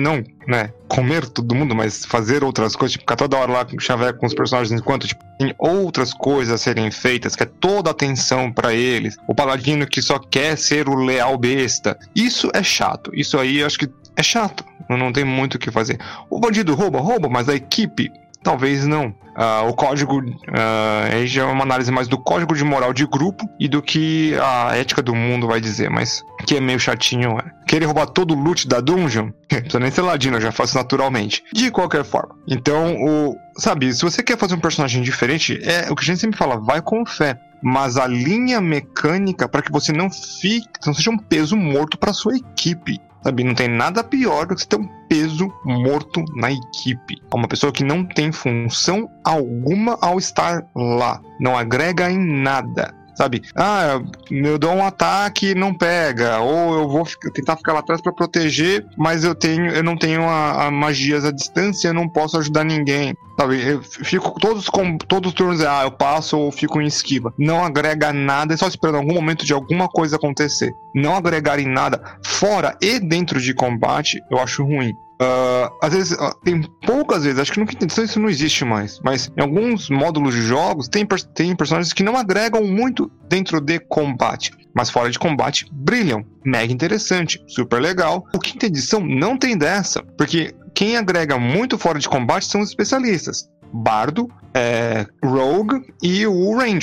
comer todo mundo, mas fazer outras coisas, tipo, ficar toda hora lá com chaveco com os personagens enquanto, tipo, tem outras coisas a serem feitas, quer toda a atenção pra eles. O paladino que só quer ser o leal besta. Isso é chato, isso aí eu acho que é chato, não tem muito o que fazer. O bandido rouba, mas a equipe talvez não. O código aí já é uma análise mais do código de moral de grupo e do que a ética do mundo vai dizer, mas que é meio chatinho. Querer roubar todo o loot da dungeon? Não precisa nem ser ladino, eu já faço naturalmente. De qualquer forma. Então, sabe, se você quer fazer um personagem diferente, é o que a gente sempre fala, vai com fé. Mas a linha mecânica para que você não seja um peso morto para sua equipe. Sabe, não tem nada pior do que você ter um peso morto na equipe. Uma pessoa que não tem função alguma ao estar lá. Não agrega em nada. Sabe, eu dou um ataque e não pega, ou eu vou tentar ficar lá atrás pra proteger, mas eu não tenho a magias à distância, eu não posso ajudar ninguém, sabe, eu fico todos os turnos, eu passo ou fico em esquiva, não agrega nada, é só esperando algum momento de alguma coisa acontecer, não agregar em nada, fora e dentro de combate, eu acho ruim. Às vezes, tem poucas vezes, acho que no quinta edição isso não existe mais, mas em alguns módulos de jogos tem personagens que não agregam muito dentro de combate, mas fora de combate brilham, mega interessante, super legal. O quinta edição não tem dessa, porque quem agrega muito fora de combate são os especialistas, Bardo, Rogue e o Ranger.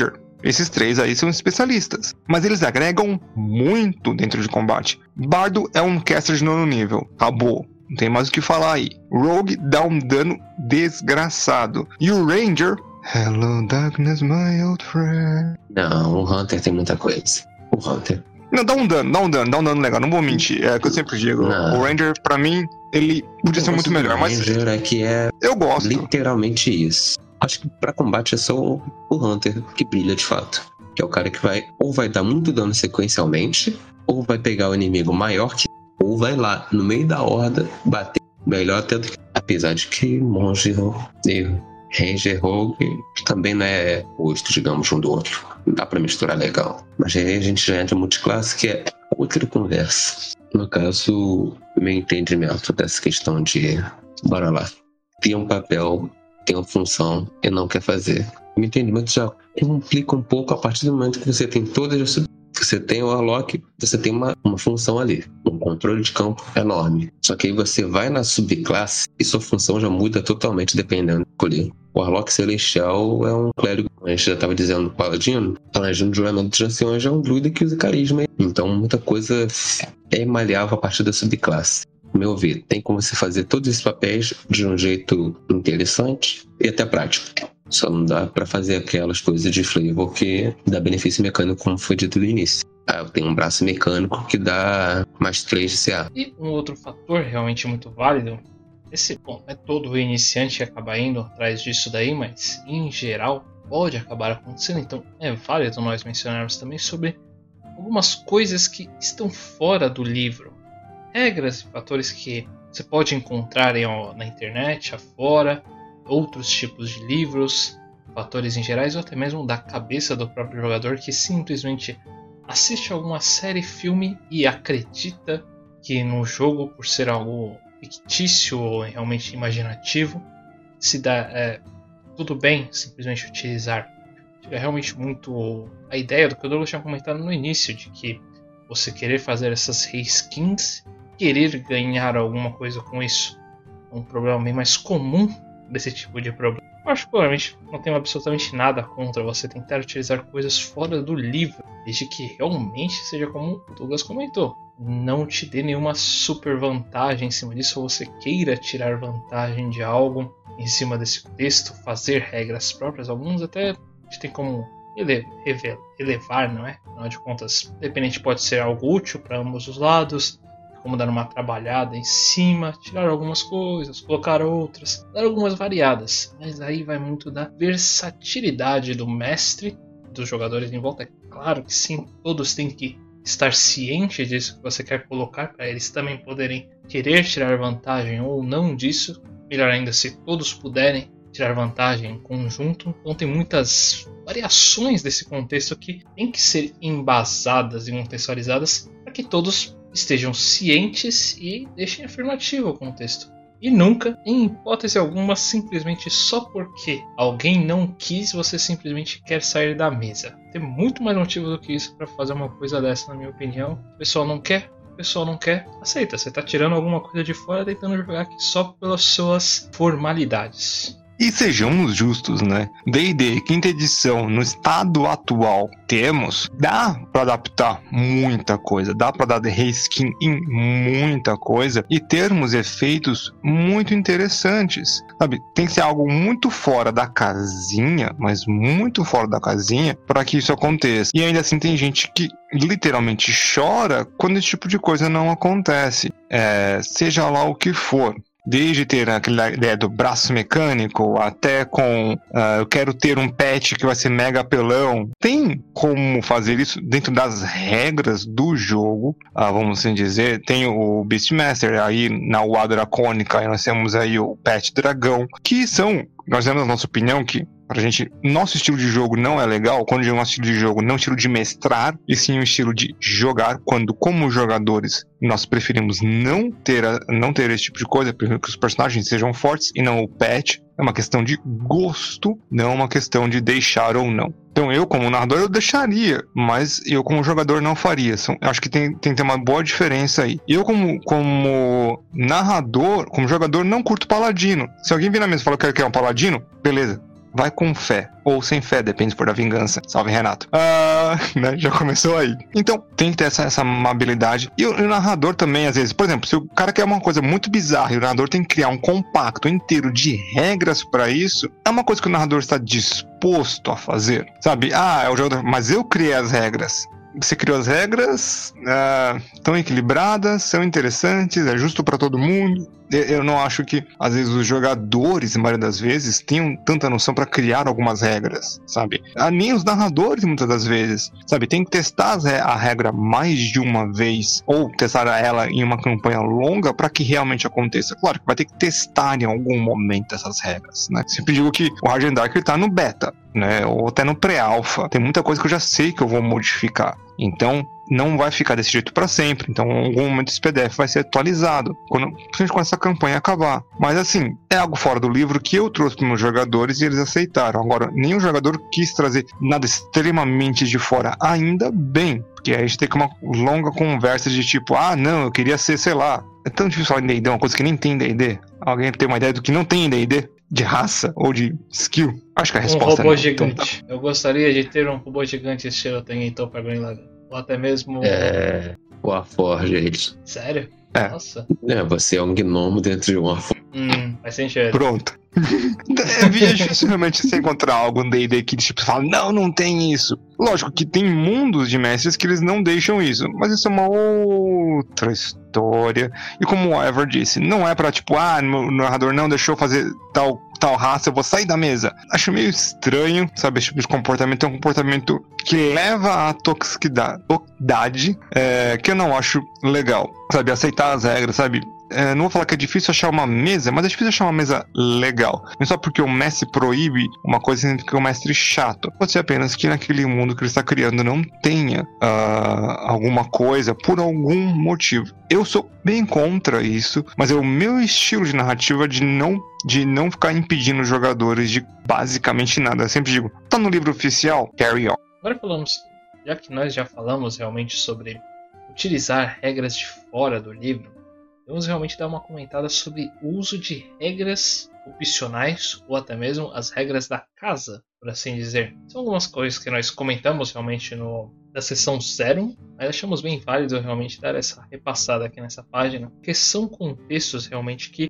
Esses 3 aí são especialistas, mas eles agregam muito dentro de combate. Bardo é um caster de 9º nível, acabou. Não tem mais o que falar aí. Rogue dá um dano desgraçado. E o Ranger... Hello darkness, my old friend. Não, o Hunter tem muita coisa. O Hunter. Não, dá um dano legal, não vou mentir. É o que eu sempre digo. Não. O Ranger, pra mim, ele podia ser muito melhor, mas... O Ranger é que é eu gosto. literalmente isso. Acho que pra combate é só o Hunter que brilha de fato. Que é o cara que vai dar muito dano sequencialmente, ou vai pegar o inimigo maior que, ou vai lá no meio da horda bater melhor até do que. Apesar de que Monge e Ranger Rogue também não é oposto, digamos, um do outro. Não dá pra misturar legal. Mas aí a gente já entra multiclasse, que é outra conversa. No caso, meu entendimento dessa questão de bora lá, tem um papel, tem uma função e não quer fazer. O entendimento já complica um pouco a partir do momento que você tem todas as... Você tem o Warlock, você tem uma função ali, um controle de campo enorme. Só que aí você vai na subclasse e sua função já muda totalmente dependendo do escolher. O Warlock Celestial é um clérigo, a gente já estava dizendo, Paladino. Paladino de juramento de anciões é um druida que usa carisma. Então muita coisa é maleável a partir da subclasse. No meu ver, tem como você fazer todos esses papéis de um jeito interessante e até prático. Só não dá pra fazer aquelas coisas de flavor que dá benefício mecânico, como foi dito no início. Eu tenho um braço mecânico que dá mais 3 de CA. E um outro fator realmente muito válido, é todo iniciante que acaba indo atrás disso daí, mas em geral pode acabar acontecendo, então é válido nós mencionarmos também sobre algumas coisas que estão fora do livro. Regras e fatores que você pode encontrar na internet, afora, outros tipos de livros, fatores em gerais ou até mesmo da cabeça do próprio jogador que simplesmente assiste alguma série, filme e acredita que no jogo, por ser algo fictício ou realmente imaginativo, se dá tudo bem simplesmente utilizar. Tira realmente muito a ideia do que o Douglas tinha comentado no início, de que você querer fazer essas reskins, querer ganhar alguma coisa com isso, é um problema bem mais comum desse tipo de problema. Particularmente, não tenho absolutamente nada contra você tentar utilizar coisas fora do livro, desde que realmente seja como o Douglas comentou. Não te dê nenhuma super vantagem em cima disso, ou você queira tirar vantagem de algo em cima desse texto, fazer regras próprias. Alguns até a gente tem como elevar, não é? Afinal de contas, independente, pode ser algo útil para ambos os lados, como dar uma trabalhada em cima, tirar algumas coisas, colocar outras, dar algumas variadas. Mas aí vai muito da versatilidade do mestre, dos jogadores em volta. É claro que sim, todos têm que estar cientes disso que você quer colocar, para eles também poderem querer tirar vantagem ou não disso. Melhor ainda se todos puderem tirar vantagem em conjunto. Então tem muitas variações desse contexto que tem que ser embasadas e contextualizadas para que todos estejam cientes e deixem afirmativo o contexto. E nunca, em hipótese alguma, simplesmente só porque alguém não quis, você simplesmente quer sair da mesa. Tem muito mais motivo do que isso para fazer uma coisa dessa, na minha opinião. O pessoal não quer, aceita. Você está tirando alguma coisa de fora, tentando jogar aqui só pelas suas formalidades. E sejamos justos, né? D&D, 5ª edição, no estado atual, dá pra adaptar muita coisa, dá pra dar reskin em muita coisa e termos efeitos muito interessantes, sabe? Tem que ser algo muito fora da casinha, mas muito fora da casinha, para que isso aconteça. E ainda assim tem gente que literalmente chora quando esse tipo de coisa não acontece, seja lá o que for. Desde ter aquela ideia do braço mecânico, até com eu quero ter um pet que vai ser mega apelão. Tem como fazer isso dentro das regras do jogo, vamos assim dizer. Tem o Beastmaster, aí na UA Dracônica, aí nós temos aí o Pet Dragão, que são, nós temos a nossa opinião que pra gente, nosso estilo de jogo não é legal. Quando eu digo nosso estilo de jogo, não é um estilo de mestrar, e sim um estilo de jogar, quando como jogadores nós preferimos não ter esse tipo de coisa, preferimos que os personagens sejam fortes e não o pet. É uma questão de gosto, não uma questão de deixar ou não. Então eu como narrador eu deixaria, mas eu como jogador não faria. Acho que tem que ter uma boa diferença aí. Eu como narrador, como jogador, não curto paladino. Se alguém vir na mesa e falar que quer um paladino, beleza. vai com fé. Ou sem fé, depende se for da vingança. Salve, Renato. Né? Já começou aí. Então, tem que ter essa amabilidade. E o narrador também, às vezes. Por exemplo, se o cara quer uma coisa muito bizarra e o narrador tem que criar um compacto inteiro de regras pra isso, é uma coisa que o narrador está disposto a fazer. Sabe? É o jogador, mas eu criei as regras. Você criou as regras, tão equilibradas, são interessantes, é justo pra todo mundo. Eu não acho que, às vezes, os jogadores, na maioria das vezes, tenham tanta noção pra criar algumas regras, sabe? Nem os narradores, muitas das vezes, sabe? Tem que testar a regra mais de uma vez, ou testar ela em uma campanha longa pra que realmente aconteça. Claro que vai ter que testar em algum momento essas regras, né? Sempre digo que o Hard and Dark tá no beta, né? Ou até no pré-alpha. Tem muita coisa que eu já sei que eu vou modificar. Então, não vai ficar desse jeito para sempre. Então, em algum momento esse PDF vai ser atualizado, principalmente quando essa campanha acabar. Mas assim, é algo fora do livro que eu trouxe para meus jogadores e eles aceitaram. Agora, nenhum jogador quis trazer nada extremamente de fora, ainda bem. Porque aí a gente tem uma longa conversa de tipo, não, eu queria ser, sei lá. É tão difícil falar em D&D, uma coisa que nem tem D&D. Alguém tem uma ideia do que não tem em D&D? De raça ou de skill? Acho que a resposta é um robô gigante. Então, eu gostaria de ter um robô gigante estilo Tengentou para Green Lagoon. Ou até mesmo... o Warforged. Sério? É. Nossa. Você é um gnomo dentro de um Warforged. Faz sentido. Pronto. É difícil realmente você encontrar algo no D&D que tipo fala, não tem isso. Lógico que tem mundos de mestres que eles não deixam isso, mas isso é uma outra história. E como o Ever disse, não é pra tipo, o narrador não deixou fazer tal raça, eu vou sair da mesa. Acho meio estranho, sabe, esse tipo de comportamento. É um comportamento que leva à toxicidade, que eu não acho legal, sabe, aceitar as regras, sabe. Não vou falar que é difícil achar uma mesa, mas é difícil achar uma mesa legal. Não só porque o mestre proíbe uma coisa significa que o mestre é chato. Pode ser apenas que naquele mundo que ele está criando não tenha alguma coisa por algum motivo. Eu sou bem contra isso, mas é o meu estilo de narrativa de não ficar impedindo os jogadores de basicamente nada. Eu sempre digo, tá no livro oficial, carry on. Agora já que nós já falamos realmente sobre utilizar regras de fora do livro, vamos realmente dar uma comentada sobre o uso de regras opcionais ou até mesmo as regras da casa, por assim dizer. São algumas coisas que nós comentamos realmente na sessão 0, mas achamos bem válido realmente dar essa repassada aqui nessa página, porque são contextos realmente que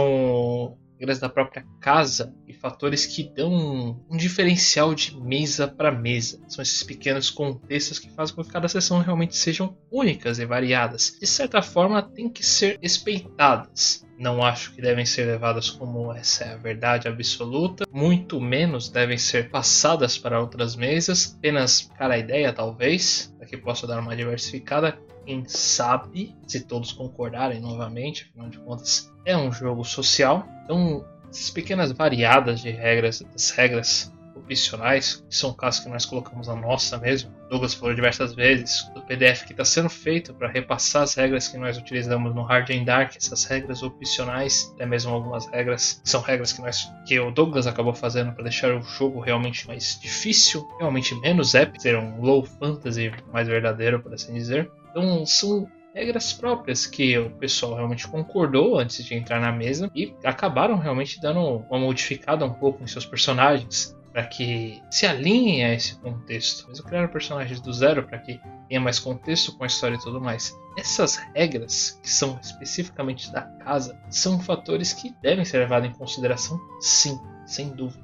são regras da própria casa e fatores que dão um diferencial de mesa para mesa. São esses pequenos contextos que fazem com que cada sessão realmente sejam únicas e variadas. De certa forma, têm que ser respeitadas. Não acho que devem ser levadas como essa é a verdade absoluta. Muito menos devem ser passadas para outras mesas. Apenas ficar a ideia, talvez, para que possa dar uma diversificada. Quem sabe, se todos concordarem novamente, afinal de contas é um jogo social. Então, essas pequenas variadas de regras, das regras opcionais, que são casos que nós colocamos na nossa mesmo. Douglas falou diversas vezes do PDF que está sendo feito para repassar as regras que nós utilizamos no Hard and Dark, essas regras opcionais, até mesmo algumas regras que são regras que o Douglas acabou fazendo para deixar o jogo realmente mais difícil, realmente menos épico, ser um low fantasy mais verdadeiro, por assim dizer. Então são regras próprias que o pessoal realmente concordou antes de entrar na mesa e acabaram realmente dando uma modificada um pouco em seus personagens para que se alinhem a esse contexto. Eles criaram personagens do zero para que tenha mais contexto com a história e tudo mais. Essas regras, que são especificamente da casa, são fatores que devem ser levados em consideração, sim, sem dúvida.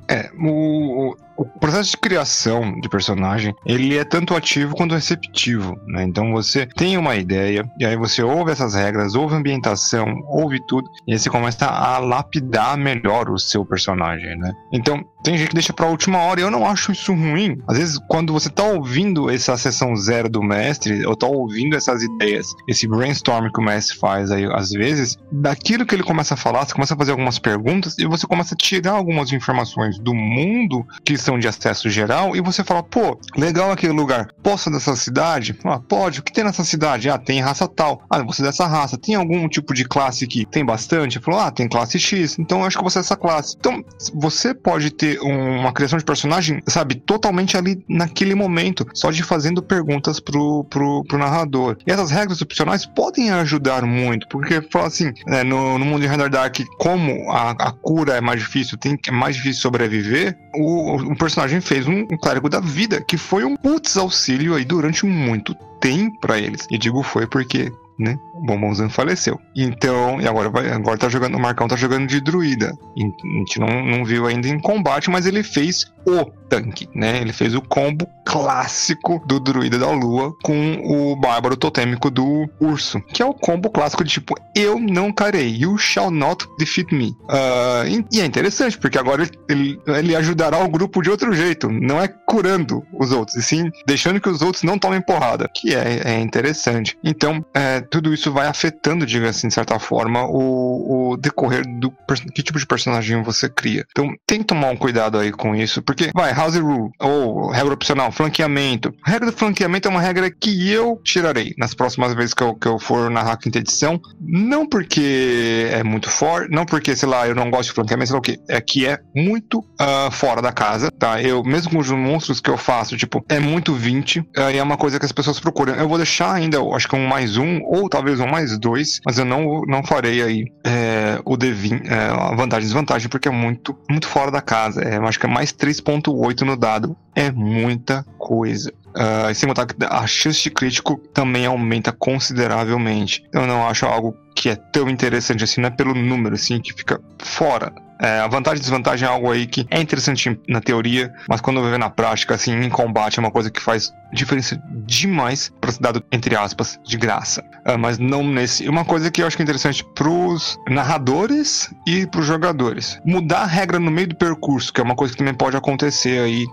O processo de criação de personagem, ele é tanto ativo quanto receptivo, né? Então você tem uma ideia, e aí você ouve essas regras, ouve a ambientação, ouve tudo, e aí você começa a lapidar melhor o seu personagem, né? Então, tem gente que deixa pra última hora, e eu não acho isso ruim. Às vezes, quando você tá ouvindo essa sessão 0 do mestre, ou tá ouvindo essas ideias, esse brainstorm que o mestre faz aí, às vezes, daquilo que ele começa a falar, você começa a fazer algumas perguntas, e você começa a tirar algumas informações do mundo que são de acesso geral, e você fala, pô, legal aquele lugar, posso dessa cidade? Pode, o que tem nessa cidade? Tem raça tal, você é dessa raça, tem algum tipo de classe que tem bastante? Falou, tem classe X, então eu acho que você é dessa classe. Então, você pode ter uma criação de personagem, sabe, totalmente ali naquele momento, só de fazendo perguntas pro narrador. E essas regras opcionais podem ajudar muito, porque, fala assim, no mundo de Hard and Dark, como a cura é mais difícil, tem mais difícil sobreviver, o personagem fez um clérigo da vida, que foi um putz auxílio aí durante muito tempo pra eles. E digo foi porque, né, o Bombonzão faleceu. Então, e agora tá jogando, o Marcão tá jogando de druida. A gente não viu ainda em combate, mas ele fez o tanque, né? Ele fez o combo clássico do druida da lua com o bárbaro totêmico do urso, que é o combo clássico de tipo, eu não carei, you shall not defeat me. E é interessante, porque agora ele ajudará o grupo de outro jeito, não é curando os outros, e sim deixando que os outros não tomem porrada, que é interessante. Então, tudo isso vai afetando, diga assim, de certa forma, o decorrer do que tipo de personagem você cria. Então, tem que tomar um cuidado aí com isso, porque, house rule, ou regra opcional, flanqueamento. A regra do flanqueamento é uma regra que eu tirarei nas próximas vezes que eu for narrar a quinta edição, não porque é muito forte, não porque, sei lá, eu não gosto de flanqueamento, sei lá o que, é que é muito fora da casa, tá? Eu, mesmo com os monstros que eu faço, tipo, é muito 20, e é uma coisa que as pessoas procuram. Eu vou deixar ainda, acho que um +1, ou talvez um +2, mas eu não farei aí o D20, a vantagem e desvantagem, porque é muito, muito fora da casa. Eu acho que é mais 3.8 no dado. É muita coisa. Sem contar que a chance de crítico também aumenta consideravelmente. Eu não acho algo que é tão interessante assim, não é pelo número assim, que fica fora. A vantagem e desvantagem é algo aí que é interessante na teoria, mas quando eu ver na prática, assim, em combate, é uma coisa que faz diferença demais para ser dado, entre aspas, de graça. Mas não nesse. Uma coisa que eu acho que é interessante pros narradores e pros jogadores. Mudar a regra no meio do percurso, que é uma coisa que também pode acontecer aí.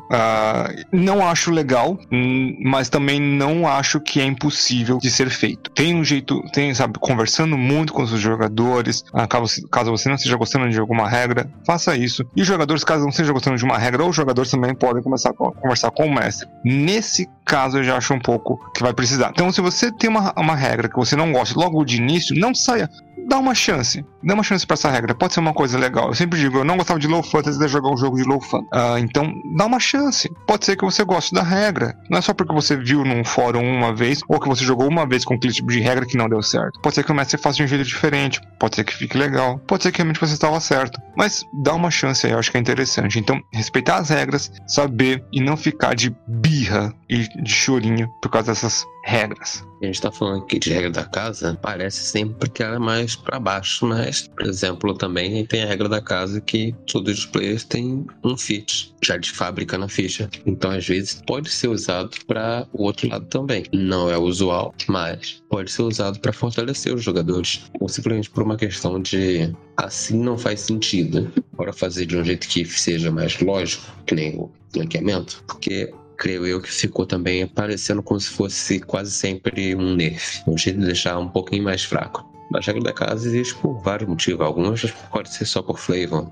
Não acho legal, mas também não acho que é impossível de ser feito. Tem um jeito, sabe, conversando muito com os jogadores, caso você não esteja gostando de alguma regra, faça isso. E os jogadores, caso não estejam gostando de uma regra, ou os jogadores também podem começar a conversar com o mestre. Nesse caso, eu já acho um pouco que vai precisar. Então, se você tem uma regra que você não gosta logo de início, não saia. Dá uma chance pra essa regra, pode ser uma coisa legal. Eu sempre digo, eu não gostava de low fantasy de jogar um jogo de low fantasy. Então dá uma chance, pode ser que você goste da regra, não é só porque você viu num fórum uma vez, ou que você jogou uma vez com aquele tipo de regra que não deu certo. Pode ser que o mestre faça de um jeito diferente, pode ser que fique legal, pode ser que realmente você estava certo, mas dá uma chance aí, eu acho que é interessante. Então, respeitar as regras, saber e não ficar de birra e de chorinho por causa dessas regras. A gente tá falando aqui de regra da casa, parece sempre que ela é mais pra baixo, mas, por exemplo, também tem a regra da casa que todos os players têm um feat já de fábrica na ficha. Então, às vezes, pode ser usado para o outro lado também. Não é usual, mas pode ser usado para fortalecer os jogadores. Ou simplesmente por uma questão de assim não faz sentido. Bora fazer de um jeito que seja mais lógico, que nem o flanqueamento, porque creio eu que ficou também parecendo como se fosse quase sempre um nerf. Um jeito de deixar um pouquinho mais fraco. Mas a regra da casa existe por vários motivos. Algumas pode ser só por flavor.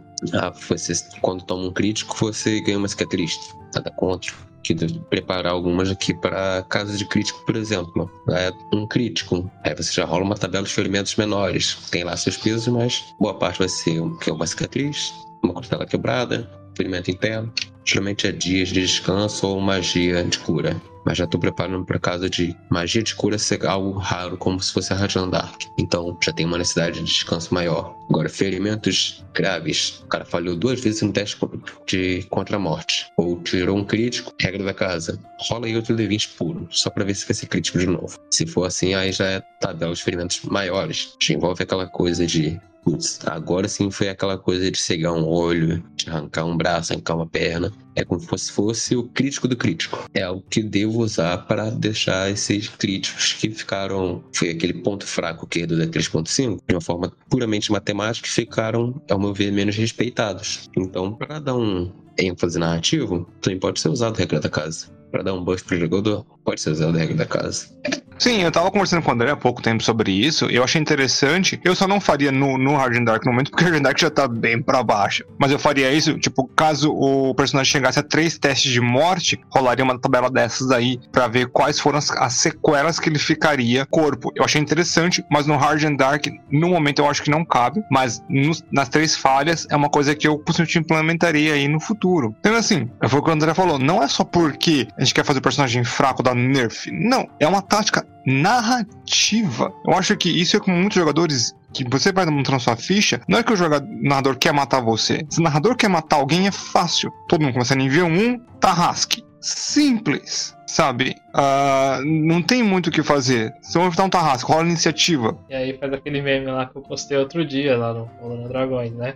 Quando toma um crítico, você ganha uma cicatriz. Nada contra. Que preparar algumas aqui para casa de crítico, por exemplo. Um crítico. Aí você já rola uma tabela de ferimentos menores. Tem lá seus pesos, mas boa parte vai ser uma cicatriz, uma costela quebrada, ferimento interno. Geralmente é dias de descanso ou magia de cura. Mas já estou preparando para caso de magia de cura ser algo raro, como se fosse a Radiant Dark. Então já tem uma necessidade de descanso maior. Agora, ferimentos graves. O cara falhou 2 vezes no teste contra a morte. Ou tirou um crítico, regra da casa. Rola aí outro D20 puro, só para ver se vai ser crítico de novo. Se for assim, aí já é tabela de ferimentos maiores. Já envolve aquela coisa de... Putz, agora sim foi aquela coisa de cegar um olho, de arrancar um braço, arrancar uma perna. É como se fosse o crítico do crítico. É algo que devo usar para deixar esses críticos que ficaram... Foi aquele ponto fraco que do 3.5, de uma forma puramente matemática, ficaram, ao meu ver, menos respeitados. Então, para dar um ênfase narrativo, também pode ser usado a regra da casa. Para dar um buff pro jogador, pode ser usado a regra da casa. Sim, eu tava conversando com o André há pouco tempo sobre isso, eu achei interessante. Eu só não faria no Hard and Dark no momento, porque o Hard and Dark já tá bem pra baixo. Mas eu faria isso, tipo, caso o personagem chegasse a 3 testes de morte, rolaria uma tabela dessas aí, pra ver quais foram as sequelas que ele ficaria corpo. Eu achei interessante, mas no Hard and Dark, no momento eu acho que não cabe, mas nas 3 falhas, é uma coisa que eu possivelmente implementaria aí no futuro. Então assim, foi o que o André falou, não é só porque a gente quer fazer o personagem fraco da nerf, não, é uma tática narrativa. Eu acho que isso é como muitos jogadores que você vai montando sua ficha, não é que o narrador quer matar você. Se o narrador quer matar alguém, é fácil. Todo mundo começa nível 1, Tarrasque. Simples, sabe? Não tem muito o que fazer. Se eu evitar um Tarrasque, rola iniciativa. E aí faz aquele meme lá que eu postei outro dia lá no Rolando Dragões, né?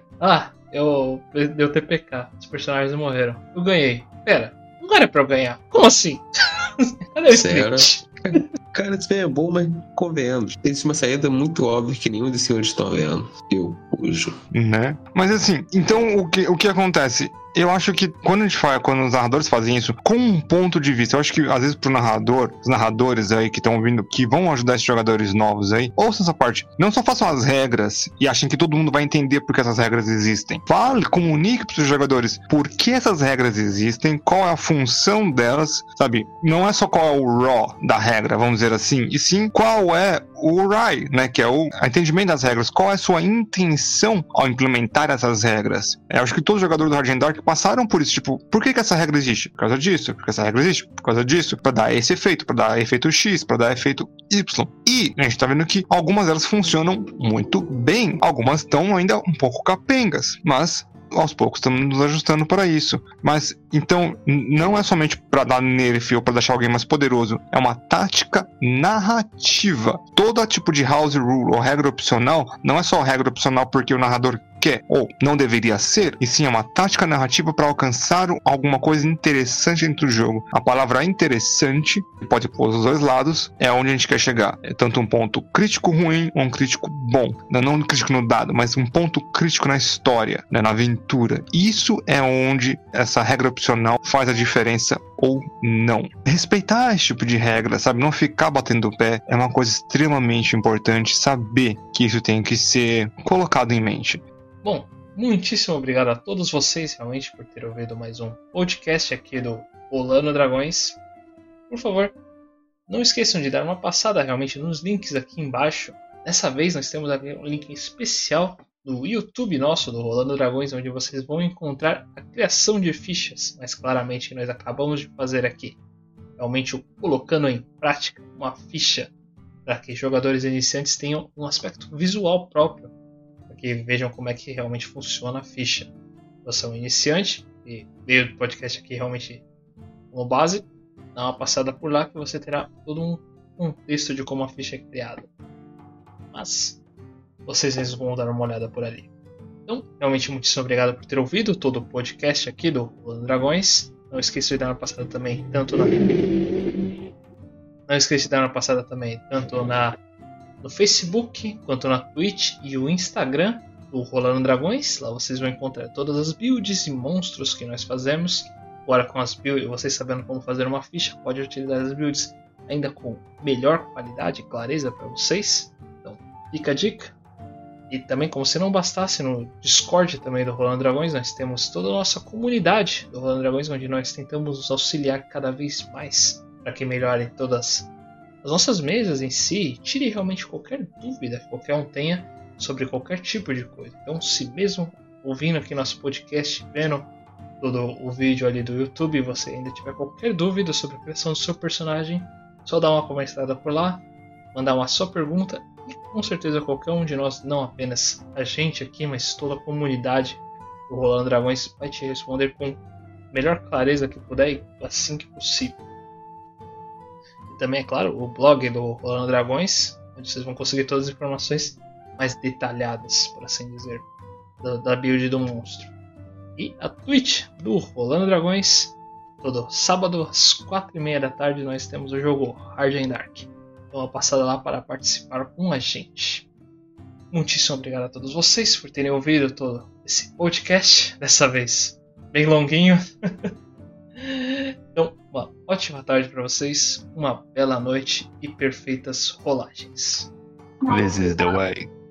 Deu TPK, os personagens morreram. Eu ganhei. Pera, não era pra eu ganhar. Como assim? Cadê o script? Cara, isso é bom, mas convenhamos. Existe uma saída muito óbvia que nenhum dos senhores estão vendo. Eu fujo. Né? Mas assim, então o que acontece? Eu acho que quando os narradores fazem isso com um ponto de vista, eu acho que às vezes pro narrador, os narradores aí que estão vindo, que vão ajudar esses jogadores novos aí, ouçam essa parte. Não só façam as regras e achem que todo mundo vai entender por que essas regras existem. Fale, comunique pros seus jogadores por que essas regras existem, qual é a função delas, sabe? Não é só qual é o raw da regra, vamos dizer assim, e sim qual é o RAI, né? Que é o entendimento das regras. Qual é a sua intenção ao implementar essas regras? Eu acho que todos os jogadores do Hard and Dark passaram por isso, tipo, por que essa regra existe? Por causa disso. Por que essa regra existe? Por causa disso. Pra dar esse efeito, pra dar efeito X, pra dar efeito Y. E a gente tá vendo que algumas delas funcionam muito bem. Algumas estão ainda um pouco capengas, mas aos poucos estamos nos ajustando para isso. Mas, então, não é somente para dar nerf ou para deixar alguém mais poderoso. É uma tática narrativa. Todo tipo de house rule ou regra opcional não é só regra opcional porque o narrador quer ou não deveria ser, e sim é uma tática narrativa para alcançar alguma coisa interessante dentro do jogo. A palavra interessante, que pode pôr os dois lados, é onde a gente quer chegar. É tanto um ponto crítico ruim ou um crítico bom. Não um crítico no dado, mas um ponto crítico na história, né, na aventura. Isso é onde essa regra opcional faz a diferença ou não. Respeitar esse tipo de regra, sabe? Não ficar batendo o pé é uma coisa extremamente importante. Saber que isso tem que ser colocado em mente. Bom, muitíssimo obrigado a todos vocês realmente por terem ouvido mais um podcast aqui do Rolando Dragões. Por favor, não esqueçam de dar uma passada realmente nos links aqui embaixo. Dessa vez nós temos aqui um link especial do YouTube nosso, do Rolando Dragões, onde vocês vão encontrar a criação de fichas, mais claramente que nós acabamos de fazer aqui. Realmente colocando em prática uma ficha para que jogadores iniciantes tenham um aspecto visual próprio, para que vejam como é que realmente funciona a ficha. Você é um iniciante e veio do podcast aqui realmente como base, dá uma passada por lá que você terá todo um contexto de como a ficha é criada. Mas vocês mesmos vão dar uma olhada por ali. Então, realmente muitíssimo obrigado por ter ouvido todo o podcast aqui do Rolando Dragões. Não esqueça de dar uma passada também tanto no Facebook quanto na Twitch e o Instagram do Rolando Dragões. Lá vocês vão encontrar todas as builds e monstros que nós fazemos. Agora com as builds, vocês sabendo como fazer uma ficha, pode utilizar as builds ainda com melhor qualidade e clareza para vocês. Então fica a dica. E também, como se não bastasse, no Discord também do Rolando Dragões, nós temos toda a nossa comunidade do Rolando Dragões, onde nós tentamos nos auxiliar cada vez mais para que melhorem todas as nossas mesas em si, tire realmente qualquer dúvida que qualquer um tenha sobre qualquer tipo de coisa. Então, se mesmo ouvindo aqui nosso podcast, vendo todo o vídeo ali do YouTube, você ainda tiver qualquer dúvida sobre a criação do seu personagem, só dá uma comentada por lá, mandar uma sua pergunta e com certeza qualquer um de nós, não apenas a gente aqui, mas toda a comunidade do Rolando Dragões vai te responder com a melhor clareza que puder e assim que possível. E também, é claro, o blog do Rolando Dragões, onde vocês vão conseguir todas as informações mais detalhadas, por assim dizer, da build do monstro. E a Twitch do Rolando Dragões, todo sábado às 4h30 da tarde nós temos o jogo Hard and Dark. Então uma passada lá para participar com a gente. Muitíssimo obrigado a todos vocês por terem ouvido todo esse podcast, dessa vez bem longuinho. Então, uma ótima tarde para vocês, uma bela noite e perfeitas rolagens. This is the way.